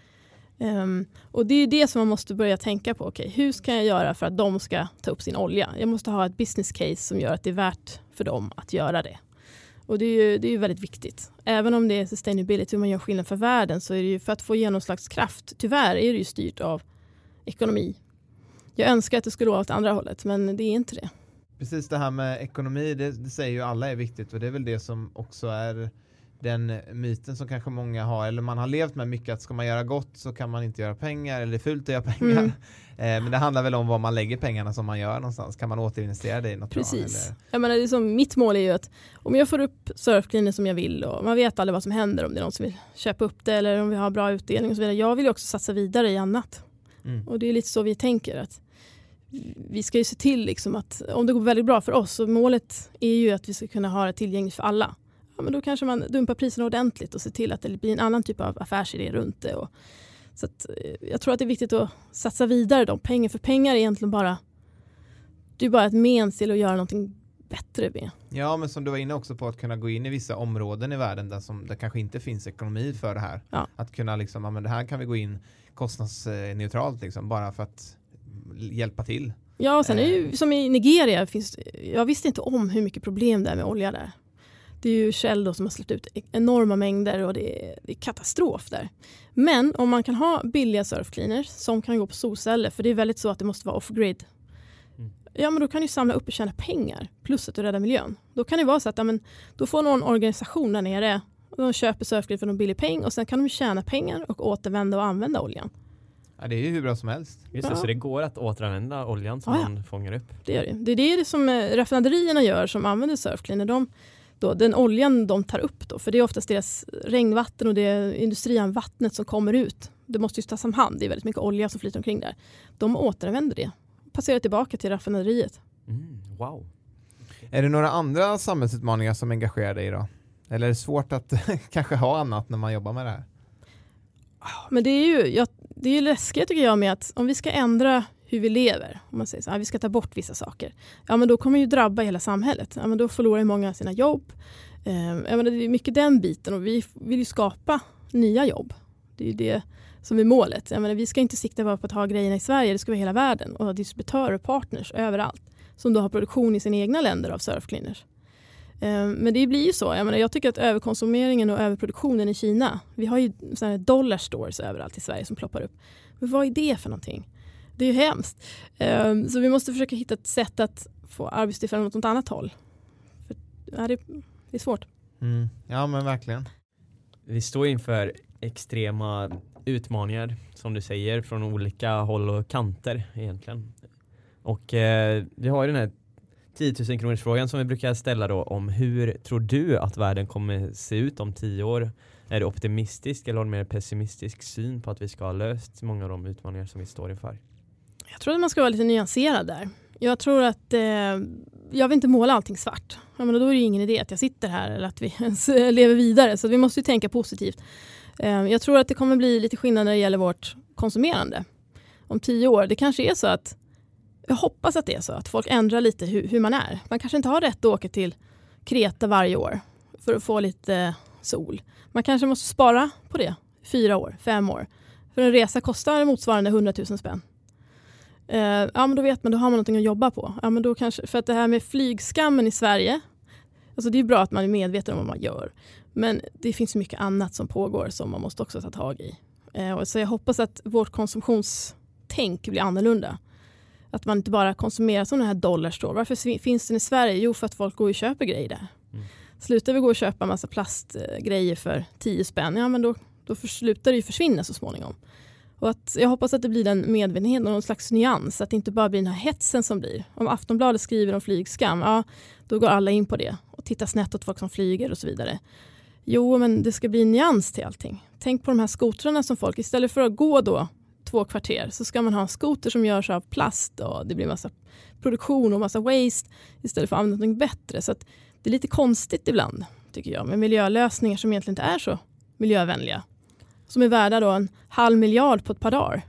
Och det är det som man måste börja tänka på. Okej, hur ska jag göra för att de ska ta upp sin olja? Jag måste ha ett business case som gör att det är värt för dem att göra det. Och det är ju väldigt viktigt. Även om det är sustainability och man gör skillnad för världen, så är det ju för att få genomslagskraft. Tyvärr är det ju styrt av ekonomi. Jag önskar att det skulle vara åt andra hållet, men det är inte det. Precis, det här med ekonomi, det säger ju alla är viktigt, och det är väl det som också är den myten som kanske många har, eller man har levt med mycket, att ska man göra gott så kan man inte göra pengar, eller det är fult att göra pengar. Men det handlar väl om vad man lägger pengarna som man gör någonstans. Kan man återinvestera det i något? Precis. Bra? Jag menar, det är som, mitt mål är ju att om jag får upp surfcleaner som jag vill, och man vet aldrig vad som händer, om det är någon som vill köpa upp det eller om vi har bra utdelning och så vidare. Jag vill ju också satsa vidare i annat. Och det är lite så vi tänker, att vi ska ju se till liksom att om det går väldigt bra för oss, och målet är ju att vi ska kunna ha det tillgängligt för alla. Ja, men då kanske man dumpar priserna ordentligt och ser till att det blir en annan typ av affärsidé runt det. Så att, jag tror att det är viktigt att satsa vidare de pengar. För pengar är egentligen bara ett men till att göra någonting bättre med. Ja, men som du var inne också på, att kunna gå in i vissa områden i världen där kanske inte finns ekonomi för det här. Ja. Att kunna liksom, men det här kan vi gå in kostnadsneutralt liksom, bara för att hjälpa till. Ja, och sen är ju som i Nigeria, jag visste inte om hur mycket problem det är med olja där. Det är ju Shell då som har släppt ut enorma mängder, och det är katastrof där. Men om man kan ha billiga surfcleaners som kan gå på solceller, för det är väldigt så att det måste vara off-grid. Ja, men då kan du samla upp och tjäna pengar plus att du räddar miljön. Då kan det vara så att då får någon organisation där nere De köper Surfcleaner för en billig peng och sen kan de tjäna pengar och återvända och använda oljan. Ja, det är ju hur bra som helst. Just det, så det går att återanvända oljan som man fångar upp. Det gör det. Det är det som raffinaderierna gör som använder Surfcleaner. Den oljan de tar upp då, för det är oftast deras regnvatten och det är industrivattnet som kommer ut. Det måste ju tas om hand. Det är väldigt mycket olja som flyter omkring där. De återanvänder det. Passerar tillbaka till raffinaderiet. Wow. Är det några andra samhällsutmaningar som engagerar dig då? Eller är det svårt att kanske ha annat när man jobbar med det här? Men det är ju läskigt tycker jag med att om vi ska ändra hur vi lever, om man säger så här, vi ska ta bort vissa saker, ja men då kommer ju drabba hela samhället. Ja men då förlorar många sina jobb. Ja men det är mycket den biten och vi vill ju skapa nya jobb. Det är ju det som är målet. Jag menar, vi ska inte sikta bara på att ha grejerna i Sverige, det ska vara hela världen och ha distributörer och partners överallt som då har produktion i sina egna länder av surfcleaners. Men det blir ju så. Jag tycker att överkonsumeringen och överproduktionen i Kina, vi har ju sådana här dollar stores överallt i Sverige som ploppar upp. Men vad är det för någonting? Det är ju hemskt. Så vi måste försöka hitta ett sätt att få arbetstillfällen åt något annat håll. För, det är svårt. Ja men verkligen. Vi står inför extrema utmaningar som du säger från olika håll och kanter egentligen. Och vi har ju den här 10 000 kronors frågan som vi brukar ställa då om hur tror du att världen kommer se ut om 10 år? Är du optimistisk eller har du mer pessimistisk syn på att vi ska ha löst många av de utmaningar som vi står inför? Jag tror att man ska vara lite nyanserad där. Jag tror att jag vill inte måla allting svart. Ja, men då är det ingen idé att jag sitter här eller att vi ens lever vidare. Så vi måste ju tänka positivt. Jag tror att det kommer bli lite skillnad när det gäller vårt konsumerande. Om 10 år, det kanske är så att jag hoppas att det är så att folk ändrar lite hur man är. Man kanske inte har rätt att åka till Kreta varje år för att få lite sol. Man kanske måste spara på det 4 år, 5 år. För en resa kostar motsvarande 100 000 spänn. Ja men då vet man, då har man någonting att jobba på. Ja men då kanske, för att det här med flygskammen i Sverige, alltså det är bra att man är medveten om vad man gör. Men det finns mycket annat som pågår som man måste också ta tag i. Så jag hoppas att vårt konsumtionstänk blir annorlunda. Att man inte bara konsumerar som den här dollarstore. Varför finns den i Sverige? Jo, för att folk går och köper grejer där. Slutar vi gå och köpa en massa plastgrejer för 10 spänn, ja men då slutar det ju försvinna så småningom. Och att jag hoppas att det blir den medvetenheten och någon slags nyans. Att det inte bara blir den här hetsen som blir. Om Aftonbladet skriver om flygskam, ja då går alla in på det. Och tittar snett åt folk som flyger och så vidare. Jo, men det ska bli en nyans till allting. Tänk på de här skotrarna som folk, istället för att gå då 2 kvarter så ska man ha en skoter som görs av plast och det blir massa produktion och massa waste istället för att använda något bättre. Så att det är lite konstigt ibland tycker jag med miljölösningar som egentligen inte är så miljövänliga. Som är värda då 500 miljoner på ett par dagar.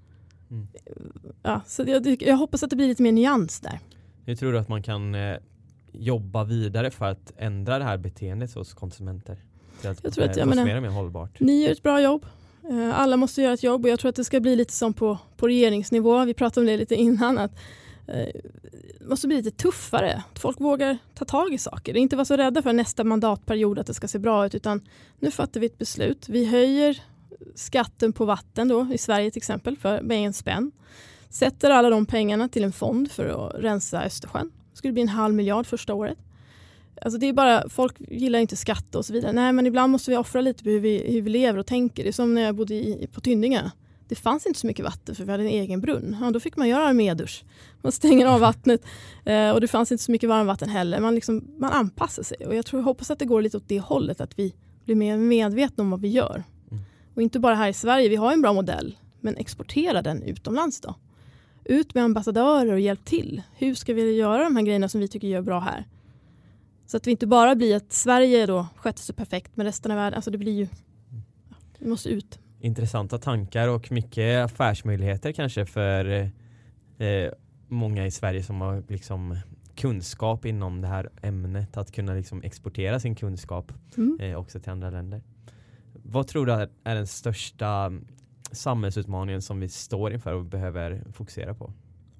Ja, så jag hoppas att det blir lite mer nyans där. Hur tror du att man kan jobba vidare för att ändra det här beteendet hos konsumenter? Jag tror att konsumera mer hållbart. Ni gör ett bra jobb. Alla måste göra ett jobb och jag tror att det ska bli lite som på regeringsnivå. Vi pratade om det lite innan. Att det måste bli lite tuffare. Att folk vågar ta tag i saker. Det är inte vara så rädda för nästa mandatperiod att det ska se bra ut. Utan nu fattar vi ett beslut. Vi höjer skatten på vatten då, i Sverige till exempel med 1 spänn. Sätter alla de pengarna till en fond för att rensa Östersjön. Det skulle bli 500 miljoner första året. Alltså det är bara, folk gillar inte skatt och så vidare. Nej, men ibland måste vi offra lite på hur vi lever och tänker. Det är som när jag bodde på Tyndinge. Det fanns inte så mycket vatten för vi hade en egen brunn. Ja, då fick man göra armédusch. Man stänger av vattnet och det fanns inte så mycket varmvatten heller. Man anpassar sig och jag hoppas att det går lite åt det hållet att vi blir mer medvetna om vad vi gör. Och inte bara här i Sverige, vi har en bra modell, men exportera den utomlands då. Ut med ambassadörer och hjälp till. Hur ska vi göra de här grejerna som vi tycker gör bra här? Så att vi inte bara blir att Sverige då sköter sig perfekt men resten av världen, alltså det blir ju, vi måste ut. Intressanta tankar och mycket affärsmöjligheter kanske för många i Sverige som har liksom kunskap inom det här ämnet, att kunna liksom exportera sin kunskap också till andra länder. Vad tror du är den största samhällsutmaningen som vi står inför och behöver fokusera på?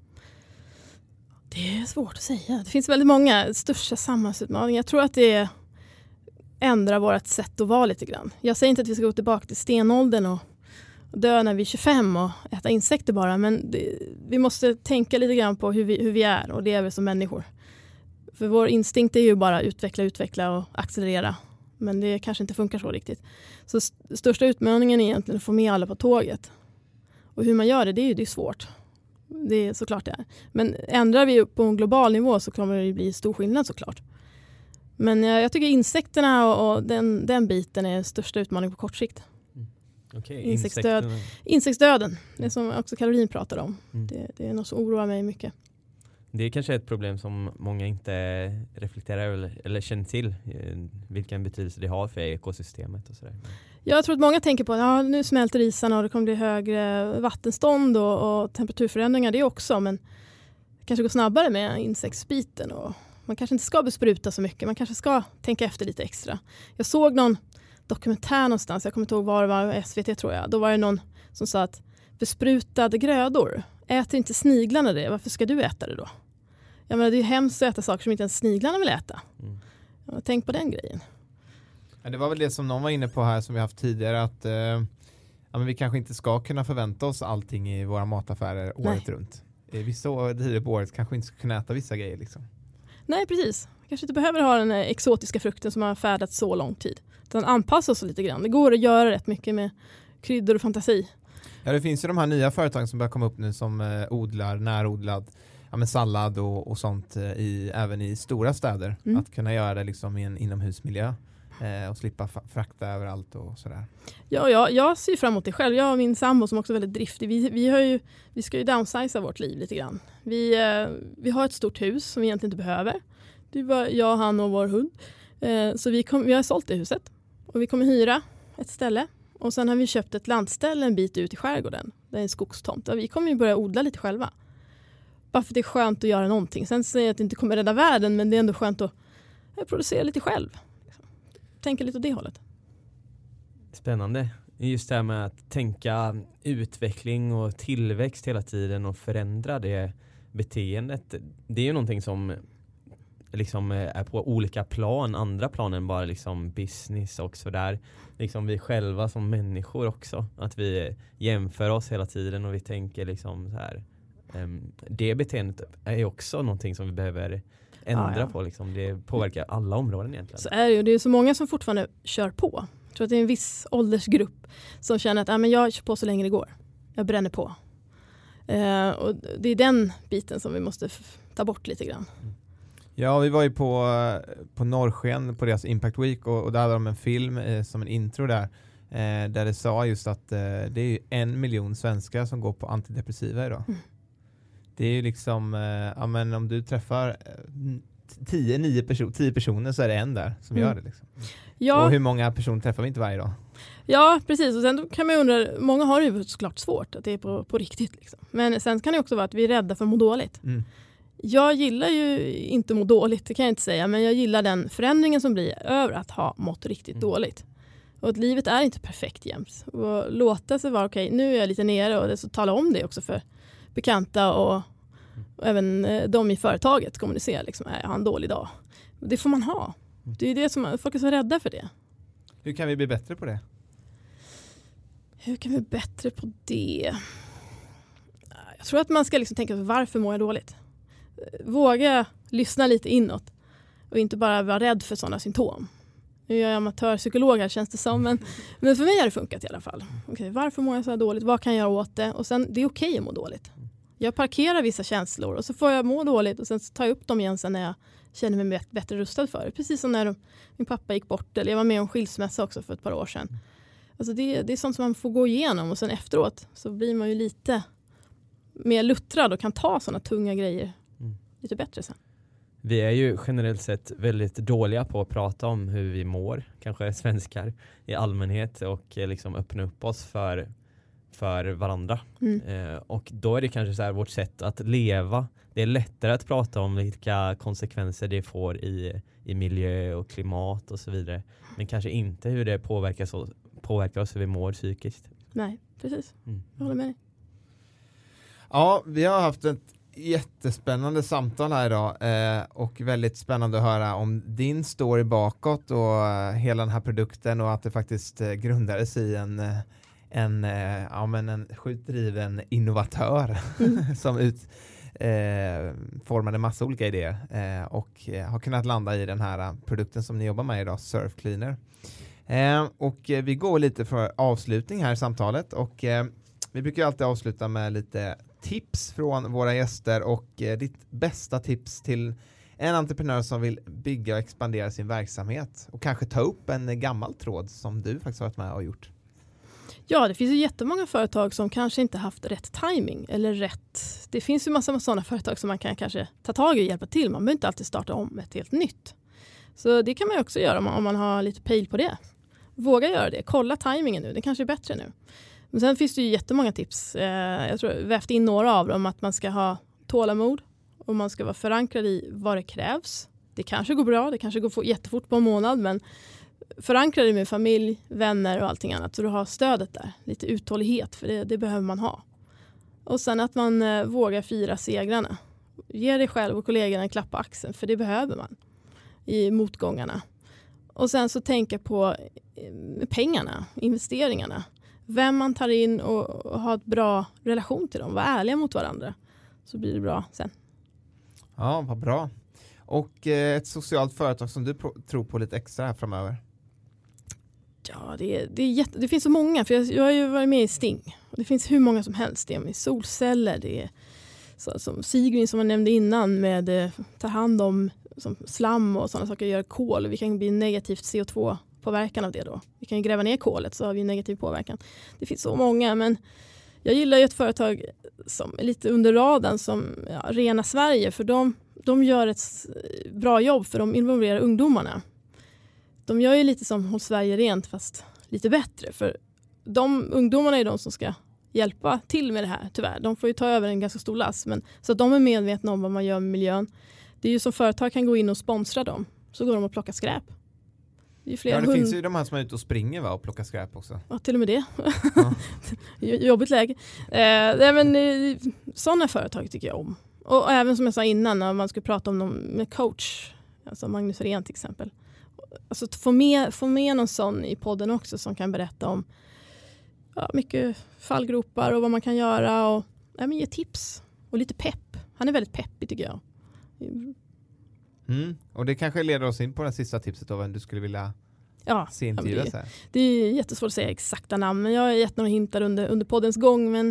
Det är svårt att säga. Det finns väldigt många största samhällsutmaningar. Jag tror att det ändrar vårt sätt att vara lite grann. Jag säger inte att vi ska gå tillbaka till stenåldern och dö när vi är 25 och äta insekter bara. Men vi måste tänka lite grann på hur vi är och lever som människor. För vår instinkt är ju bara utveckla och accelerera. Men det kanske inte funkar så riktigt. Så största utmaningen är egentligen att få med alla på tåget. Och hur man gör det är ju svårt. Det är såklart det är. Men ändrar vi upp på en global nivå så kommer det bli stor skillnad såklart. Men jag tycker insekterna och den biten är största utmaningen på kort sikt. Okay, insektsdöden, det som också Caroline pratade om. Det är något som oroar mig mycket. Det är kanske ett problem som många inte reflekterar eller känner till, vilken betydelse det har för ekosystemet och sådär. Jag tror att många tänker på att nu smälter isarna och det kommer bli högre vattenstånd och temperaturförändringar det också, men det kanske går snabbare med insektsbiten och man kanske inte ska bespruta så mycket, man kanske ska tänka efter lite extra. Jag såg någon dokumentär någonstans, jag kommer inte ihåg var det var, SVT tror jag, då var det någon som sa att besprutade grödor, äter inte sniglarna det, varför ska du äta det då? Jag menar, det är ju hemskt att äta saker som inte ens sniglarna vill äta. Tänk på den grejen. Ja, det var väl det som någon var inne på här som vi haft tidigare, att men vi kanske inte ska kunna förvänta oss allting i våra mataffärer året runt. Vissa tider på året kanske inte ska kunna äta vissa grejer liksom. Nej, precis. Kanske inte behöver ha den exotiska frukten som har färdats så lång tid. Utan anpassa oss lite grann. Det går att göra rätt mycket med kryddor och fantasi. Ja, det finns ju de här nya företagen som börjar komma upp nu som odlar närodlad sallad och sånt även i stora städer. Att kunna göra det liksom i en inomhusmiljö och slippa frakta överallt och sådär. Ja, jag ser fram emot det själv. Jag och min sambo som också är väldigt driftig. Vi ska ju downsiza vårt liv lite grann. Vi har ett stort hus som vi egentligen inte behöver. Det var jag, han och vår hund. Så vi har sålt det huset. Och vi kommer hyra ett ställe. Och sen har vi köpt ett landställe en bit ut i skärgården. Det är en skogstomt. Och vi kommer ju börja odla lite själva. Bara för att det är skönt att göra någonting. Sen säger jag att det inte kommer rädda världen. Men det är ändå skönt att producera lite själv. Tänka lite åt det hållet. Spännande. Just det här med att tänka utveckling och tillväxt hela tiden och förändra det beteendet. Det är ju någonting som liksom är på olika plan, andra plan än bara liksom business och sådär. Liksom vi själva som människor också. Att vi jämför oss hela tiden och vi tänker liksom så här. Det beteendet är ju också någonting som vi behöver ändra på. Liksom. Det påverkar alla områden egentligen. Så är det ju. Det är så många som fortfarande kör på. Jag tror att det är en viss åldersgrupp som känner att men jag kör på så länge det går. Jag bränner på. Och det är den biten som vi måste ta bort lite grann. Ja, vi var ju på Norrsken på deras Impact Week och där hade de en film som en intro där det sa just att det är 1 miljon svenskar som går på antidepressiva idag. Det är ju liksom men om du träffar 10 personer så är det en där som gör det liksom. Ja. Och hur många personer träffar vi inte varje dag? Ja, precis. Och sen då kan man undra, många har ju såklart svårt att det är på riktigt liksom. Men sen kan det också vara att vi är rädda för att må dåligt. Jag gillar ju inte må dåligt, det kan jag inte säga. Men jag gillar den förändringen som blir över att ha mått riktigt dåligt. Och att livet är inte perfekt jämt. Och låta sig vara okej, nu är jag lite nere och så tala om det också för bekanta och även de i företaget kommunicerar liksom, jag har en dålig dag. Det får man ha. Det är det som folk är så rädda för det. Hur kan vi bli bättre på det? Hur kan vi bli bättre på det? Jag tror att man ska liksom tänka på varför mår jag dåligt. Våga lyssna lite inåt och inte bara vara rädd för sådana symptom. Nu är jag amatörpsykolog här känns det som, men för mig har det funkat i alla fall. Okej, varför mår jag så här dåligt? Vad kan jag göra åt det? Och sen, det är okej att må dåligt. Jag parkerar vissa känslor och så får jag må dåligt och sen tar jag upp dem igen sen när jag känner mig bättre rustad för det. Precis som när min pappa gick bort, eller jag var med om skilsmässa också för ett par år sedan. Alltså det är sånt som man får gå igenom och sen efteråt så blir man ju lite mer luttrad och kan ta sådana tunga grejer lite bättre sen. Vi är ju generellt sett väldigt dåliga på att prata om hur vi mår, kanske svenskar i allmänhet, och liksom öppna upp oss för varandra. Och då är det kanske så här vårt sätt att leva. Det är lättare att prata om vilka konsekvenser det får i miljö och klimat och så vidare. Men kanske inte hur det påverkar oss hur vi mår psykiskt. Nej, precis. Jag håller med dig. Ja, vi har haft ett jättespännande samtal här idag och väldigt spännande att höra om din story bakåt och hela den här produkten och att det faktiskt grundades i en sjukt driven innovatör som formade massa olika idéer och har kunnat landa i den här produkten som ni jobbar med idag, Surf Cleaner. Och vi går lite för avslutning här i samtalet och vi brukar alltid avsluta med lite tips från våra gäster och ditt bästa tips till en entreprenör som vill bygga och expandera sin verksamhet och kanske ta upp en gammal tråd som du faktiskt har varit med och gjort. Ja, det finns ju jättemånga företag som kanske inte haft rätt timing eller rätt. Det finns ju massa sådana företag som man kan kanske ta tag i och hjälpa till. Man behöver inte alltid starta om ett helt nytt. Så det kan man ju också göra om man har lite pejl på det. Våga göra det. Kolla timingen nu. Det kanske är bättre nu. Men sen finns det ju jättemånga tips. Jag tror jag vävt in några av dem, att man ska ha tålamod och man ska vara förankrad i vad det krävs. Det kanske går bra, det kanske går jättefort på en månad, men förankra dig med familj, vänner och allting annat så du har stödet där. Lite uthållighet, för det behöver man ha. Och sen att man vågar fira segrarna. Ge dig själv och kollegorna en klapp på axeln, för det behöver man i motgångarna. Och sen så tänka på pengarna, investeringarna. Vem man tar in och ha ett bra relation till dem. Var ärliga mot varandra. Så blir det bra sen. Ja, vad bra. Och ett socialt företag som du tror på lite extra här framöver? Ja, det finns så många. För jag har ju varit med i Sting. Och det finns hur många som helst. Det är med solceller. Det är som Sigrin som jag nämnde innan. Med ta hand om som slam och sådana saker. Gör kol. Vi kan bli negativt CO2-påverkan av det då. Vi kan ju gräva ner kolet så har vi negativ påverkan. Det finns så många. Men jag gillar ju ett företag som är lite under radarn. Som Rena Sverige. För de gör ett bra jobb för de involverar ungdomarna. De gör ju lite som Håll Sverige rent fast lite bättre. För de ungdomarna är de som ska hjälpa till med det här tyvärr. De får ju ta över en ganska stor last. Men, så att de är medvetna om vad man gör med miljön. Det är ju som företag kan gå in och sponsra dem. Så går de och plockar skräp. Det finns ju de här som är ute och springer och plockar skräp också. Ja, till och med det. Ja. Jobbigt läge. Sådana företag tycker jag om. Och även som jag sa innan när man skulle prata om någon med coach. Alltså Magnus Rehn till exempel. Alltså få med någon sån i podden också som kan berätta om mycket fallgropar och vad man kan göra och ge tips och lite pepp. Han är väldigt peppig tycker jag. Och det kanske leder oss in på det sista tipset av vem du skulle vilja se intervjuas här. Det är jättesvårt att säga exakta namn, men jag har gett några hintar under poddens gång, men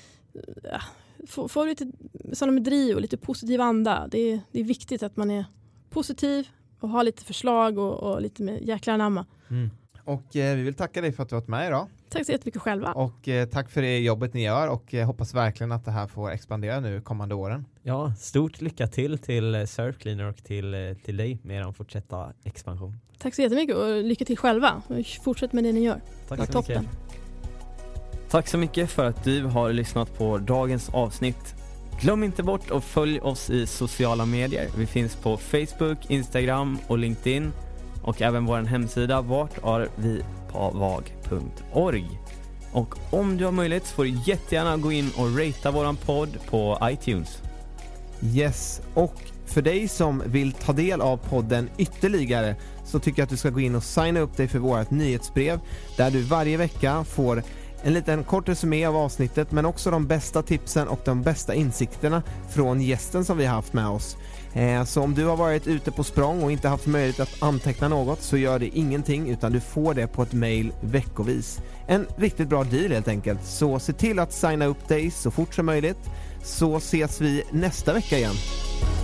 få lite sådana med driv och lite positiv anda. Det är viktigt att man är positiv och har lite förslag och lite med jäkla anamma. Och vi vill tacka dig för att du har varit med idag. Tack så jättemycket själva. Och tack för det jobbet ni gör och hoppas verkligen att det här får expandera nu kommande åren. Ja, stort lycka till Surf Cleaner och till dig med er fortsätta expansion. Tack så jättemycket och lycka till själva. Fortsätt med det ni gör. Tack så mycket. Tack så mycket för att du har lyssnat på dagens avsnitt. Glöm inte bort att följ oss i sociala medier. Vi finns på Facebook, Instagram och LinkedIn. Och även vår hemsida vartarvipavag.org. Och om du har möjlighet så får du jättegärna gå in och ratea våran podd på iTunes. Yes, och för dig som vill ta del av podden ytterligare så tycker jag att du ska gå in och signa upp dig för vårt nyhetsbrev där du varje vecka får en liten kort resumé av avsnittet men också de bästa tipsen och de bästa insikterna från gästen som vi har haft med oss. Så om du har varit ute på språng och inte haft möjlighet att anteckna något så gör det ingenting utan du får det på ett mejl veckovis. En riktigt bra deal helt enkelt. Så se till att signa upp dig så fort som möjligt så ses vi nästa vecka igen.